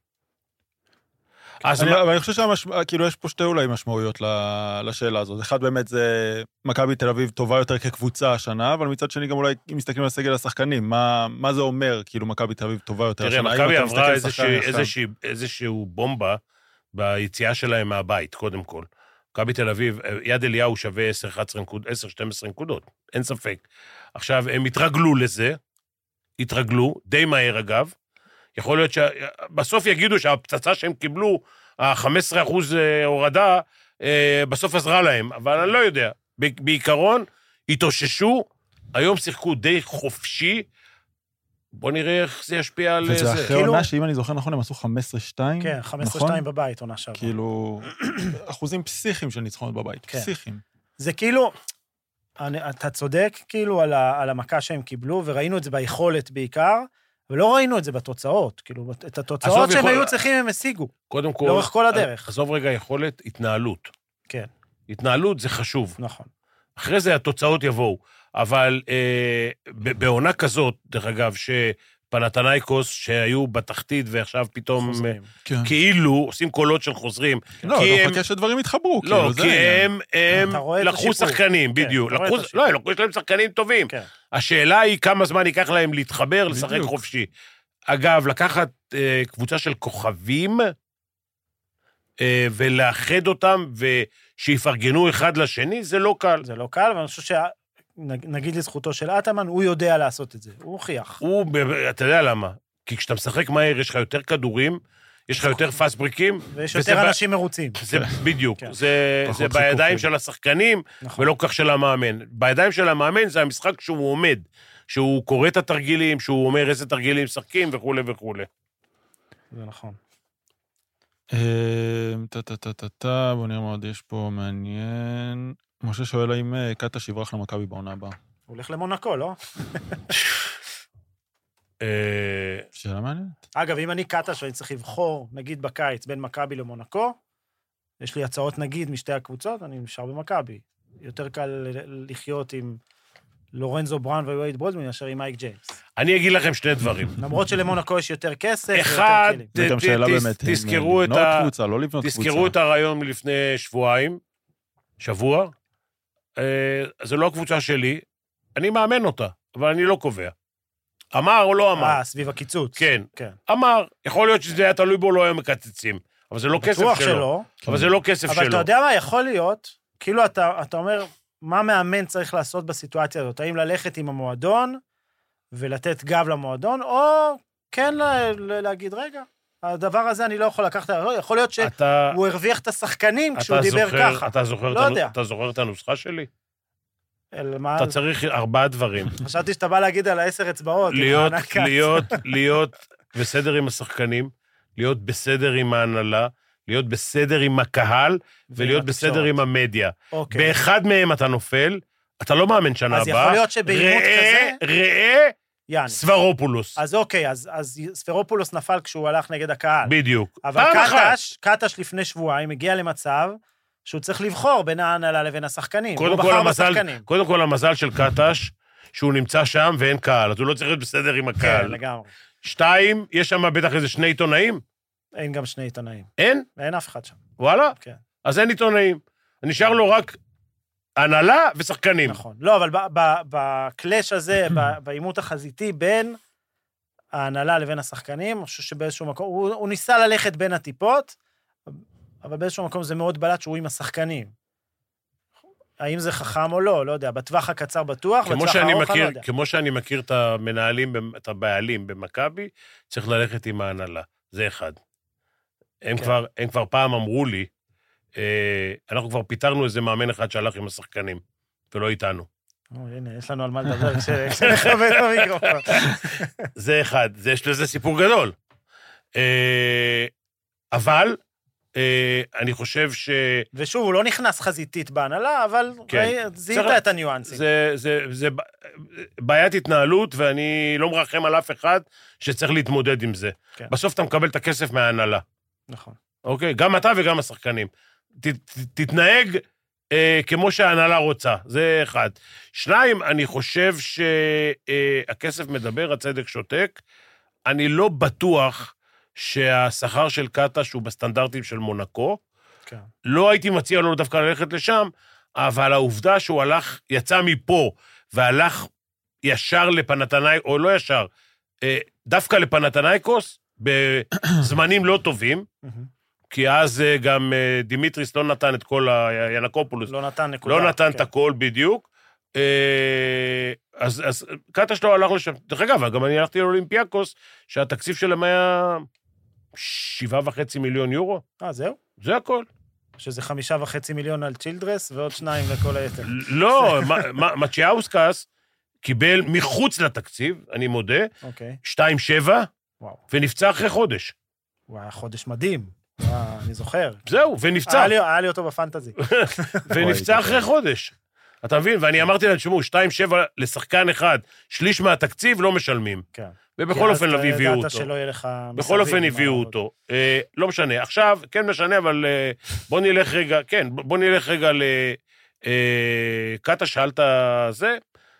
אז אני, מה... אבל אני חושב שכאילו יש פה שתי אולי משמעויות לשאלה הזאת. אחד באמת זה, מכבי תל אביב טובה יותר כקבוצה השנה, אבל מצד שני גם אולי אם מסתכלים על סגל השחקנים, מה, מה זה אומר כאילו מכבי תל אביב טובה יותר תראה, השנה? תראה, מכבי עברה איזושהי, איזושהי, איזשהו בומבה ביציאה שלהם מהבית, קודם כל. מכבי תל אביב, יד אליהו שווה עשר שתים עשרה נקודות, אין ספק. עכשיו, הם התרגלו לזה, התרגלו, די מהר אגב, יכול להיות שבסוף יגידו שהפצצה שהם קיבלו, ה-חמישה עשר אחוז הורדה, בסוף עזרה להם, אבל אני לא יודע. בעיקרון, התאוששו, היום שיחקו די חופשי, בוא נראה איך זה ישפיע על זה. וזה אחרי עונה שאם אני זוכר נכון, הם עשו חמש עשרה שתיים, כן, חמש עשרה שתיים בבית, עונה שעברה. כאילו, אחוזים פסיכיים של ניצחונות בבית, פסיכיים. זה כאילו, אתה צודק כאילו על המכה שהם קיבלו, וראינו את זה ביכולת בעיקר, ולא ראינו את זה בתוצאות, כאילו, את התוצאות שהם היו צריכים הם השיגו. קודם כל, לאורך כל הדרך. עזוב רגע יכולת, התנהלות. כן. התנהלות זה חשוב. נכון. אחרי זה התוצאות יבואו, אבל אה, בעונה כזאת, דרך אגב, שפנתנייקוס שהיו בתחתית ועכשיו פתאום כן. כאילו עושים קולות של חוזרים. לא, אתה מחכה שדברים התחברו. לא, כאילו, כי הם, הם לקחו שחקנים, כן, בדיוק. לקחו, לא, הם לקחו, יש להם שחקנים טובים. כן. השאלה היא כמה זמן ייקח להם להתחבר, לשחק בדיוק. חופשי. אגב, לקחת אה, קבוצה של כוכבים, אה, ולאחד אותם, ושיפרגנו אחד לשני, זה לא קל. זה לא קל, ואני חושב שנגיד לזכותו של אטמן, הוא יודע לעשות את זה, הוא הוכיח. הוא, אתה יודע למה? כי כשאתה משחק מהר, יש לך יותר כדורים, יש לך יותר פאסט בריקים. ויש יותר אנשים מרוצים. זה בדיוק, זה בידיים של השחקנים, ולא כך של המאמן. בידיים של המאמן זה המשחק שהוא עומד, שהוא קורא את התרגילים, שהוא אומר איזה תרגילים משחקים וכו' וכו'. זה נכון. טה-טה-טה-טה, בוא נראה מה עוד יש פה מעניין. משה שואל האם קטש יברח למכבי בעונה הבאה. הוא הולך למונקו, לא? שאלה מעניינת. אגב, אם אני קטש ואני צריך לבחור, נגיד בקיץ, בין מכבי למונקו, יש לי הצעות נגיד משתי הקבוצות, אני נשאר במכבי. יותר קל לחיות עם לורנזו בראון ווייד ברודמן, מאשר עם מייק ג'יימס. אני אגיד לכם שני דברים. למרות שלמונקו יש יותר כסף, אחד, תזכרו את ה... תזכרו את הרעיון מלפני שבועיים, שבוע, זה לא הקבוצה שלי, אני מאמן אותה, אבל אני לא קובע. אמר או לא אמר? אה, סביב הקיצוץ. כן, אמר, יכול להיות שזה היה תלוי בו, לא היו מקצצים, אבל זה לא כסף שלו. אבל זה לא כסף שלו. אבל אתה יודע מה, יכול להיות, כאילו אתה אומר, מה מאמן צריך לעשות בסיטואציה הזאת? האם ללכת עם המועדון, ולתת גב למועדון, או כן להגיד, רגע, הדבר הזה אני לא יכול לקחת, יכול להיות שהוא הרוויח את השחקנים כשהוא דיבר ככה. אתה זוכר את הנוסחה שלי? אתה צריך ארבעה דברים. חשבתי שאתה בא להגיד על העשר אצבעות. להיות בסדר עם השחקנים, להיות בסדר עם ההנהלה, להיות בסדר עם הקהל, ולהיות בסדר עם המדיה. באחד מהם אתה נופל, אתה לא מאמן שנה הבאה. אז יכול להיות שבעימות כזה... ראה ספרופולוס. אז אוקיי, אז ספרופולוס נפל כשהוא הלך נגד הקהל. בדיוק. אבל קטש, קטש לפני שבועיים הגיע למצב שהוא צריך לבחור בין ההנהלה לבין השחקנים. קודם כל המזל של קטש, שהוא נמצא שם ואין קהל, אז הוא לא צריך להיות בסדר עם הקהל. כן, לגמרי. שתיים, יש שם בטח איזה שני עיתונאים? אין גם שני עיתונאים. אין? אין אף אחד שם. וואלה? כן. אז אין עיתונאים. נשאר לו רק הנהלה ושחקנים. נכון. לא, אבל בקלאש הזה, בעימות החזיתי בין ההנהלה לבין השחקנים, אני חושב שבאיזשהו מקום, הוא ניסה ללכת בין הטיפות, אבל באיזשהו מקום זה מאוד בלט שהוא עם השחקנים. האם זה חכם או לא, לא יודע, בטווח הקצר בטוח, בטווח הארוך, אני לא יודע. כמו שאני מכיר את המנהלים, את הבעלים במכבי, צריך ללכת עם ההנהלה. זה אחד. הם כבר, הם כבר פעם אמרו לי, אנחנו כבר פיתרנו איזה מאמן אחד שהלך עם השחקנים, ולא איתנו. הנה, יש לנו על מה לדבר, כשנכבד במיקרופון. זה אחד, יש לזה סיפור גדול. אבל, אני חושב ש... ושוב, הוא לא נכנס חזיתית בהנהלה, אבל זיהית את הניואנסים. זה בעיית התנהלות, ואני לא מרחם על אף אחד שצריך להתמודד עם זה. בסוף אתה מקבל את הכסף מההנהלה. נכון. אוקיי? גם אתה וגם השחקנים. תתנהג כמו שההנהלה רוצה. זה אחד. שניים, אני חושב שהכסף מדבר, הצדק שותק. אני לא בטוח שהשכר של קטש הוא בסטנדרטים של מונקו. כן. לא הייתי מציע לו דווקא ללכת לשם, אבל העובדה שהוא הלך, יצא מפה, והלך ישר לפנתנאי, או לא ישר, דווקא לפנתנאיקוס, בזמנים לא טובים, כי אז גם דימיטריס לא נתן את כל הינקופולוס. לא נתן נקודה. לא נתן את הכל בדיוק. אז, אז קטש לא הלך לשם. דרך אגב, גם אני הלכתי לאולימפיאקוס, שהתקציב שלהם היה שבעה וחצי מיליון יורו. אה, זהו? זה הכל. שזה חמישה וחצי מיליון על צ'ילדרס, ועוד שניים לכל היתר. לא, מצ'יאוסקס קיבל מחוץ לתקציב, אני מודה, אוקיי. שתיים שבע, וואו. ונפצע אחרי חודש. וואו, חודש מדהים. וואו, אני זוכר. זהו, ונפצע. היה לי, היה לי אותו בפנטזי. ונפצע אחרי חודש. אתה מבין? ואני אמרתי להם, תשמעו, שתיים שבע לשחקן אחד, שליש מהתקציב לא משלמים. כן. ובכל אופן הביאו אותו. שלא יהיה לך בכל אופן הביאו אותו. לא משנה. עכשיו, כן משנה, אבל בוא נלך רגע, כן, בוא נלך רגע לקטש, שאלת זה,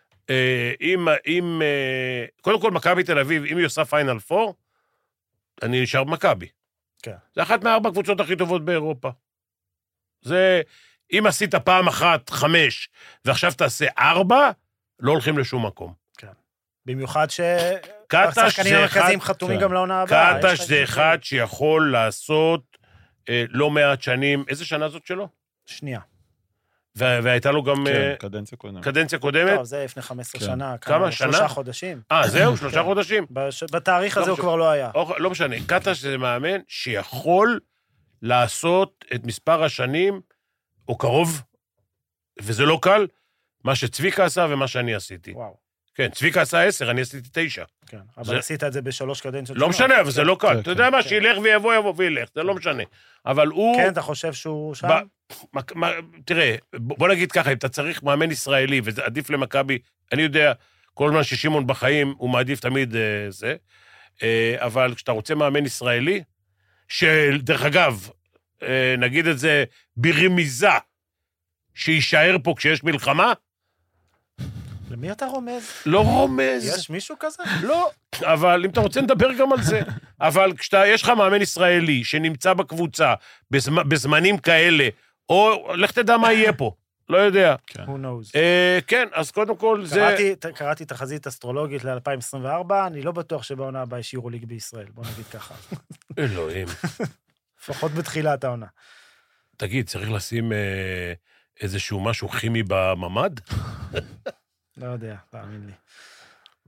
אם, קודם כל, מכבי תל אביב, אם היא עושה פיינל פור, אני נשאר במכבי. כן. זה אחת מהארבע קבוצות הכי טובות באירופה. זה, אם עשית פעם אחת חמש, ועכשיו תעשה ארבע, לא הולכים לשום מקום. כן. במיוחד שהשחקנים המרכזיים חתומים גם לעונה הבאה. קטש זה אחד שיכול לעשות לא מעט שנים, איזה שנה זאת שלו? שנייה. והייתה לו גם... כן, קדנציה קודמת. קדנציה קודמת? טוב, זה לפני חמש עשרה שנה. כמה? שנה? שלושה חודשים. אה, זהו? שלושה חודשים? בתאריך הזה הוא כבר לא היה. לא משנה. קטש זה מאמן שיכול לעשות את מספר השנים, או קרוב, וזה לא קל, מה שצביקה עשה ומה שאני עשיתי. וואו. כן, צביקה עשה עשר, אני עשיתי תשע. כן, אבל עשית את זה בשלוש קדנציות. לא משנה, אבל זה לא קל. אתה יודע מה, שילך ויבוא, יבוא וילך, זה לא משנה. אבל הוא... כן, אתה חושב שהוא שם? תראה, בוא נגיד ככה, אם אתה צריך מאמן ישראלי, וזה עדיף למכבי, אני יודע, כל זמן ששימון בחיים, הוא מעדיף תמיד זה, אבל כשאתה רוצה מאמן ישראלי, שדרך אגב, נגיד את זה ברמיזה, שישאר פה כשיש מלחמה, למי אתה רומז? לא רומז. יש מישהו כזה? לא, אבל אם אתה רוצה נדבר גם על זה. אבל כשיש לך מאמן ישראלי שנמצא בקבוצה בזמנים כאלה, או לך תדע מה יהיה פה, לא יודע. Who knows. כן, אז קודם כל זה... קראתי תחזית אסטרולוגית ל-אלפיים עשרים וארבע, אני לא בטוח שבעונה הבאה יש יורוליג בישראל, בוא נגיד ככה. אלוהים. לפחות בתחילת העונה. תגיד, צריך לשים איזשהו משהו כימי בממד? לא יודע, תאמין לי.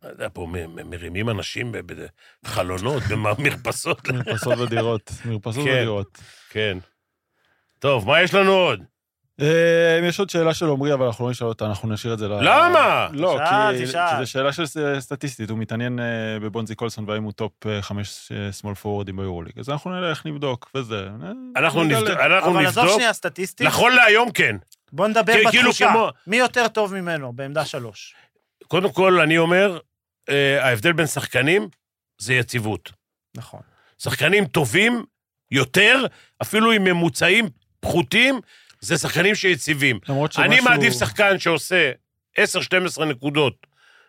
לא יודע, פה מרימים אנשים בחלונות, במרפסות. מרפסות ודירות, מרפסות כן. ודירות. כן. טוב, מה יש לנו עוד? אה, יש עוד שאלה של עומרי, אבל אנחנו לא נשאל אותה, אנחנו נשאיר את זה ל... למה? לא, תשאל, כי תשאל. כי זו שאלה של ס- סטטיסטית, הוא מתעניין אה, בבונזי קולסון, והאם הוא טופ אה, חמש אה, שמאל פורורדים ביורוליג. אז אנחנו נלך, נבדוק, וזה. אה, אנחנו נגלה. נבדוק, אנחנו אבל עזוב נבדוק. שנייה סטטיסטית, נכון להיום כן. בוא נדבר כי- כאילו בתחושה. כמו- מי יותר טוב ממנו בעמדה שלוש? קודם כל, אני אומר, אה, ההבדל בין שחקנים זה יציבות. נכון. שחקנים טובים יותר, אפילו עם ממוצעים פחותים, זה שחקנים שיציבים. למרות שמשהו... אני מעדיף שחקן שעושה עשר שתים עשרה נקודות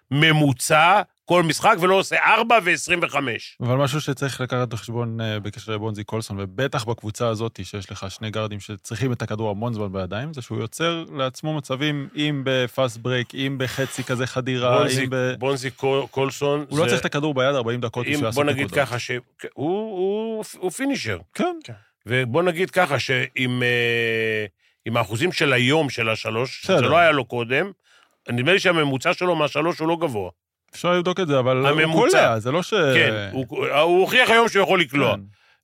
ממוצע כל משחק, ולא עושה ארבע ועשרים וחמש. אבל משהו שצריך לקחת בחשבון אה, בקשר לבונזי קולסון, ובטח בקבוצה הזאת, שיש לך שני גארדים שצריכים את הכדור המון זמן בידיים, זה שהוא יוצר לעצמו מצבים, אם בפאסט ברייק, אם בחצי כזה חדירה, בונזי, אם ב... בונזי קול- קולסון, הוא לא צריך את הכדור ביד ארבעים דקות אם, בשביל בוא לעשות נגיד נקודות. ככה, שהוא הוא, הוא פינישר. כן. ובוא נגיד ככה, שעם אה, עם האחוזים של היום של השלוש, בסדר. זה לא היה לו קודם, נדמה לי שהממוצע שלו מהשלוש הוא לא גבוה. אפשר לבדוק את זה, אבל הוא הממוצע. קולע, זה לא ש... כן, הוא, הוא הוכיח היום שהוא יכול לקלוע. כן.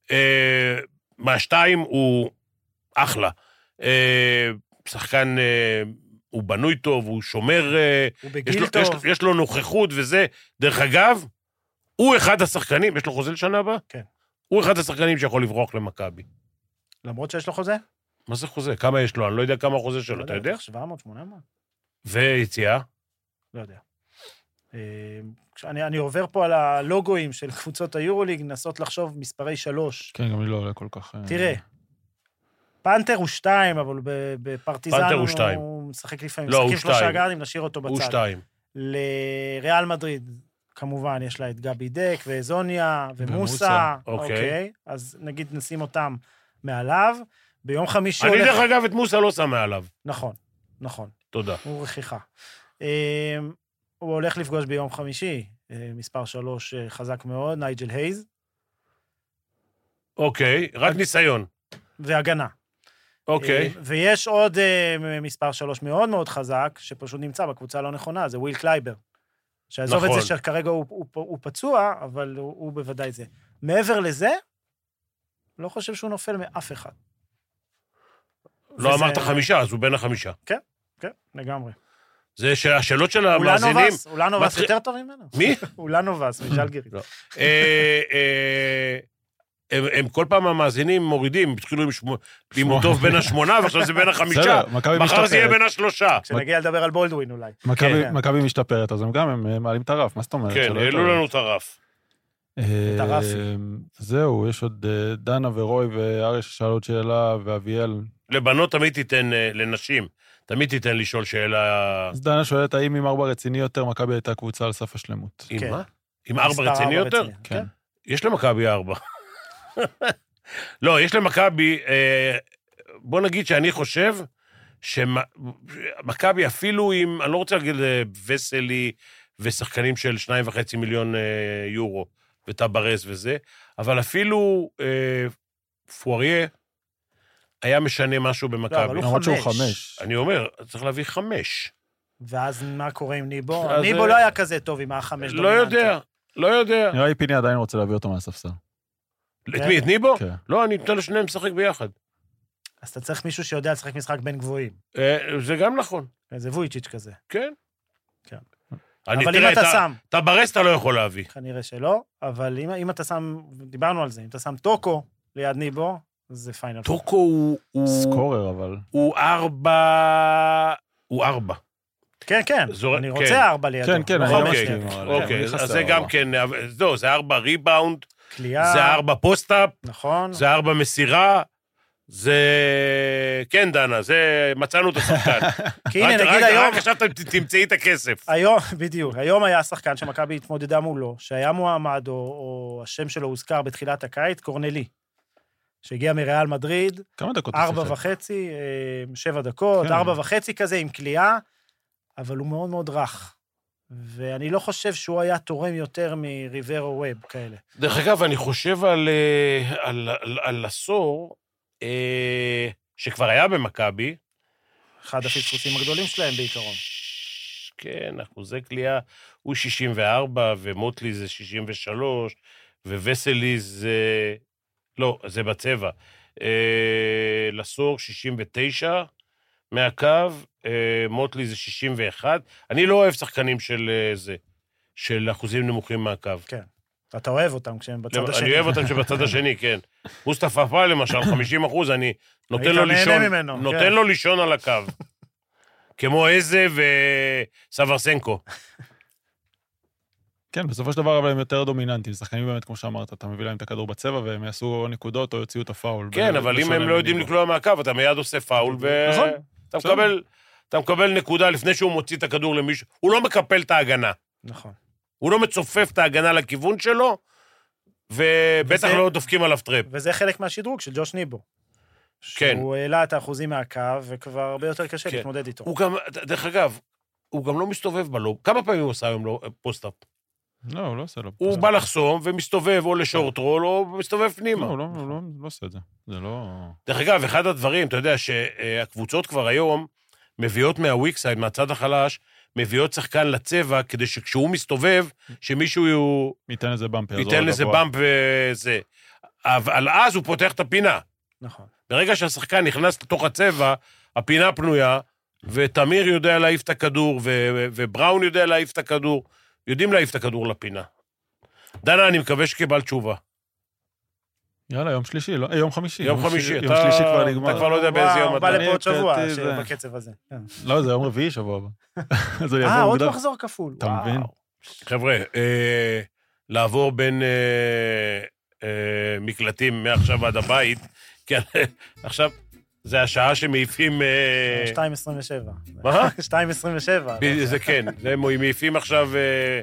אה, מהשתיים הוא אחלה. אה, שחקן, אה, הוא בנוי טוב, הוא שומר, אה, הוא יש בגיל לו, טוב. יש, יש לו נוכחות וזה. דרך אגב, הוא אחד השחקנים, יש לו חוזה לשנה הבאה? כן. הוא אחד השחקנים שיכול לברוח למכבי. למרות שיש לו חוזה? מה זה חוזה? כמה יש לו? אני לא יודע כמה החוזה שלו, אתה יודע? שבע מאות, שמונה מאות? ויציאה? לא יודע. אה, כשאני אני עובר פה על הלוגויים של קבוצות היורוליג, לנסות לחשוב מספרי שלוש. כן, גם לי לא עולה כל כך... אה, תראה, פנתר הוא שתיים, אבל ב- בפרטיזן פנתר הוא הוא שתיים. הוא משחק לפעמים. לא, הוא משחקים שלושה שתיים. גארדים, נשאיר אותו הוא בצד. שתיים. לריאל מדריד, כמובן, יש לה את גבי דק ואזוניה ומוסה. ומוסה, אוקיי. אוקיי. אז נגיד נשים אותם מעליו. ביום חמישי אני הולך... דרך אגב את מוסה לא שם מעליו. נכון, נכון. תודה. הוא רכיחה. אה, הוא הולך לפגוש ביום חמישי, אה, מספר שלוש אה, חזק מאוד, נייג'ל הייז, אוקיי, רק ניסיון. והגנה. אוקיי. אה, ויש עוד אה, מספר שלוש מאוד מאוד חזק, שפשוט נמצא בקבוצה הלא נכונה, זה וויל קלייבר. שעזוב נכון. את זה שכרגע הוא, הוא, הוא פצוע, אבל הוא, הוא בוודאי זה. מעבר לזה, לא חושב שהוא נופל מאף אחד. לא וזה- אמרת חמישה, אז הוא בין החמישה. כן, לגמרי. זה שהשאלות של המאזינים... אולנובס, אולנובס מתחיל- יותר טוב ממנו. מי? אולנובס, מז'לגיריס. לא. אה, אה, הם, הם כל פעם המאזינים מורידים, התחילו עם שמו- אם הוא טוב בין השמונה, ועכשיו זה בין החמישה. בסדר, מכבי מחר זה יהיה משתפרת. בין השלושה. כשנגיע לדבר על בולדווין אולי. מכבי- כן. מכבי משתפרת, אז הם גם הם אה, מעלים את הרף, מה זאת אומרת? כן, שלא העלו יותר. לנו את הרף. אה, את הרפי. זהו, יש עוד אה, דנה ורוי ואריה ששאל עוד שאלה, ואביאל. לבנות תמיד תיתן, אה, לנשים, תמיד תיתן לשאול שאלה... אז דנה שואלת, האם עם ארבע רציני יותר, מכבי הייתה קבוצה על סף השלמות? עם כן. מה? עם ארבע מספר רציני יותר? רציני. כן. יש למכבי ארבע. לא, יש למכבי, אה, בוא נגיד שאני חושב שמכבי אפילו עם, אני לא רוצה להגיד אה, וסלי ושחקנים של שניים וחצי מיליון אה, יורו וטברס וזה, אבל אפילו אה, פואריה היה משנה משהו לא, אבל במכבי. הוא למרות שהוא חמש. חמש. אני אומר, צריך להביא חמש. ואז מה קורה עם ניבו? אז, ניבו אה, לא היה כזה טוב עם החמש לא יודע, לא יודע. נראה לי פיני עדיין רוצה להביא אותו מהספסל. את מי, את ניבו? כן. לא, אני אתן לשניהם לשחק ביחד. אז אתה צריך מישהו שיודע לשחק משחק בין גבוהים. אה, זה גם נכון, זה וויצ'יץ' כזה. כן. כן. אני, אבל תראה, אם אתה את ה- שם, את הברס אתה לא יכול להביא. כנראה שלא, אבל אם, אם אתה שם, דיברנו על זה, אם אתה שם טוקו ליד ניבו, זה פיינל. טוקו הוא... הוא- סקורר, אבל... הוא ארבע... הוא ארבע. כן, כן, זור- אני כן. רוצה ארבע לידו. כן, כן, לא אני חמש אוקיי, מסכים, לידו. אבל- אוקיי, לי אז חסר זה גם ארבע. כן... לא, זה ארבע ריבאונד, קליעה, זה ארבע פוסט-אפ, נכון. זה ארבע מסירה, זה... כן, דנה, זה... מצאנו את השחקן. כי הנה, רק- נגיד רק- היום, רק עכשיו ת- תמצאי את הכסף. היום, בדיוק, היום היה שחקן שמכבי התמודדה מולו, שהיה מועמד, או, או השם שלו הוזכר בתחילת הקיץ, קורנלי, שהגיע מריאל מדריד, כמה דקות הוא ארבע שיחק? וחצי, אה, שבע דקות, כן. ארבע וחצי כזה עם קליעה, אבל הוא מאוד מאוד רך. ואני לא חושב שהוא היה תורם יותר מריברו ווב כאלה. דרך אגב, אני חושב על, אה, על, על, על עשור, אה, שכבר היה במכבי. אחד הפספוסים הגדולים שלהם בעיקרון. כן, אחוזי קליעה. הוא שישים וארבע, ומוטלי זה שישים ושלוש, וווסלי זה... לא, זה בצבע. אה, לסור שישים ותשע מהקו, אה, מוטלי זה שישים ואחת. אני לא אוהב שחקנים של אה, זה, של אחוזים נמוכים מהקו. כן. אתה אוהב אותם כשהם בצד השני. אני אוהב אותם שבצד השני, כן. מוסטפא פעל למשל, חמישים אחוז, אני נותן לו לישון, נותן לו לישון על הקו. כמו איזה וסברסנקו. כן, בסופו של דבר אבל הם יותר דומיננטיים, שחקנים באמת, כמו שאמרת, אתה מביא להם את הכדור בצבע, והם יעשו נקודות או יוציאו את הפאול. כן, אבל אם הם לא יודעים לקלוע מהקו, אתה מיד עושה פאול, ואתה מקבל נקודה לפני שהוא מוציא את הכדור למישהו. הוא לא מקפל את ההגנה. נכון. הוא לא מצופף את ההגנה לכיוון שלו, ובטח לא דופקים עליו טראפ. וזה חלק מהשדרוג של ג'וש ניבו. כן. הוא העלה את האחוזים מהקו, וכבר הרבה יותר קשה להתמודד איתו. הוא גם, דרך אגב, הוא גם לא מסתובב בלוב. כמה פעמים הוא עושה היום פוסט-אפ? לא, הוא לא עושה לו. הוא בא לחסום ומסתובב או לשורט רול או מסתובב פנימה. לא, לא, לא, לא עושה את זה. זה לא... דרך אגב, אחד הדברים, אתה יודע, שהקבוצות כבר היום מביאות מהוויקסייד, מהצד החלש, מביאות שחקן לצבע, כדי שכשהוא מסתובב, שמישהו ייתן איזה באמפ. ייתן איזה באמפ וזה. אבל אז הוא פותח את הפינה. נכון. ברגע שהשחקן נכנס לתוך הצבע, הפינה פנויה, ותמיר יודע להעיף את הכדור, ובראון יודע להעיף את הכדור, יודעים להעיף את הכדור לפינה. דנה, אני מקווה שקיבל תשובה. יאללה, יום שלישי, לא, יום חמישי. יום חמישי, יום שלישי כבר נגמר. אתה כבר לא יודע באיזה יום. הוא בא לפה עוד שבוע, בקצב הזה. לא, זה יום רביעי שבוע הבא. אה, עוד מחזור כפול. אתה מבין? חבר'ה, לעבור בין מקלטים מעכשיו עד הבית, כן, עכשיו, זה השעה שמעיפים... שתיים עשרים ושבע. מה? שתיים עשרים ושבע. זה כן, הם מעיפים עכשיו...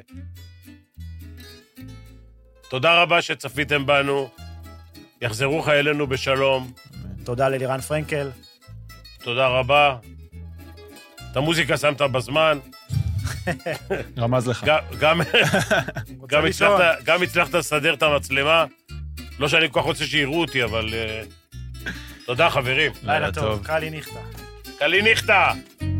תודה רבה שצפיתם בנו. יחזרו חיילינו בשלום. תודה ללירן פרנקל. תודה רבה. את המוזיקה שמת בזמן. רמז לך. גם, גם, הצלחת, גם הצלחת לסדר את המצלמה. לא שאני כל כך רוצה שיראו אותי, אבל... תודה, חברים. לילה טוב. קלי ניחתה. קלי ניחתה.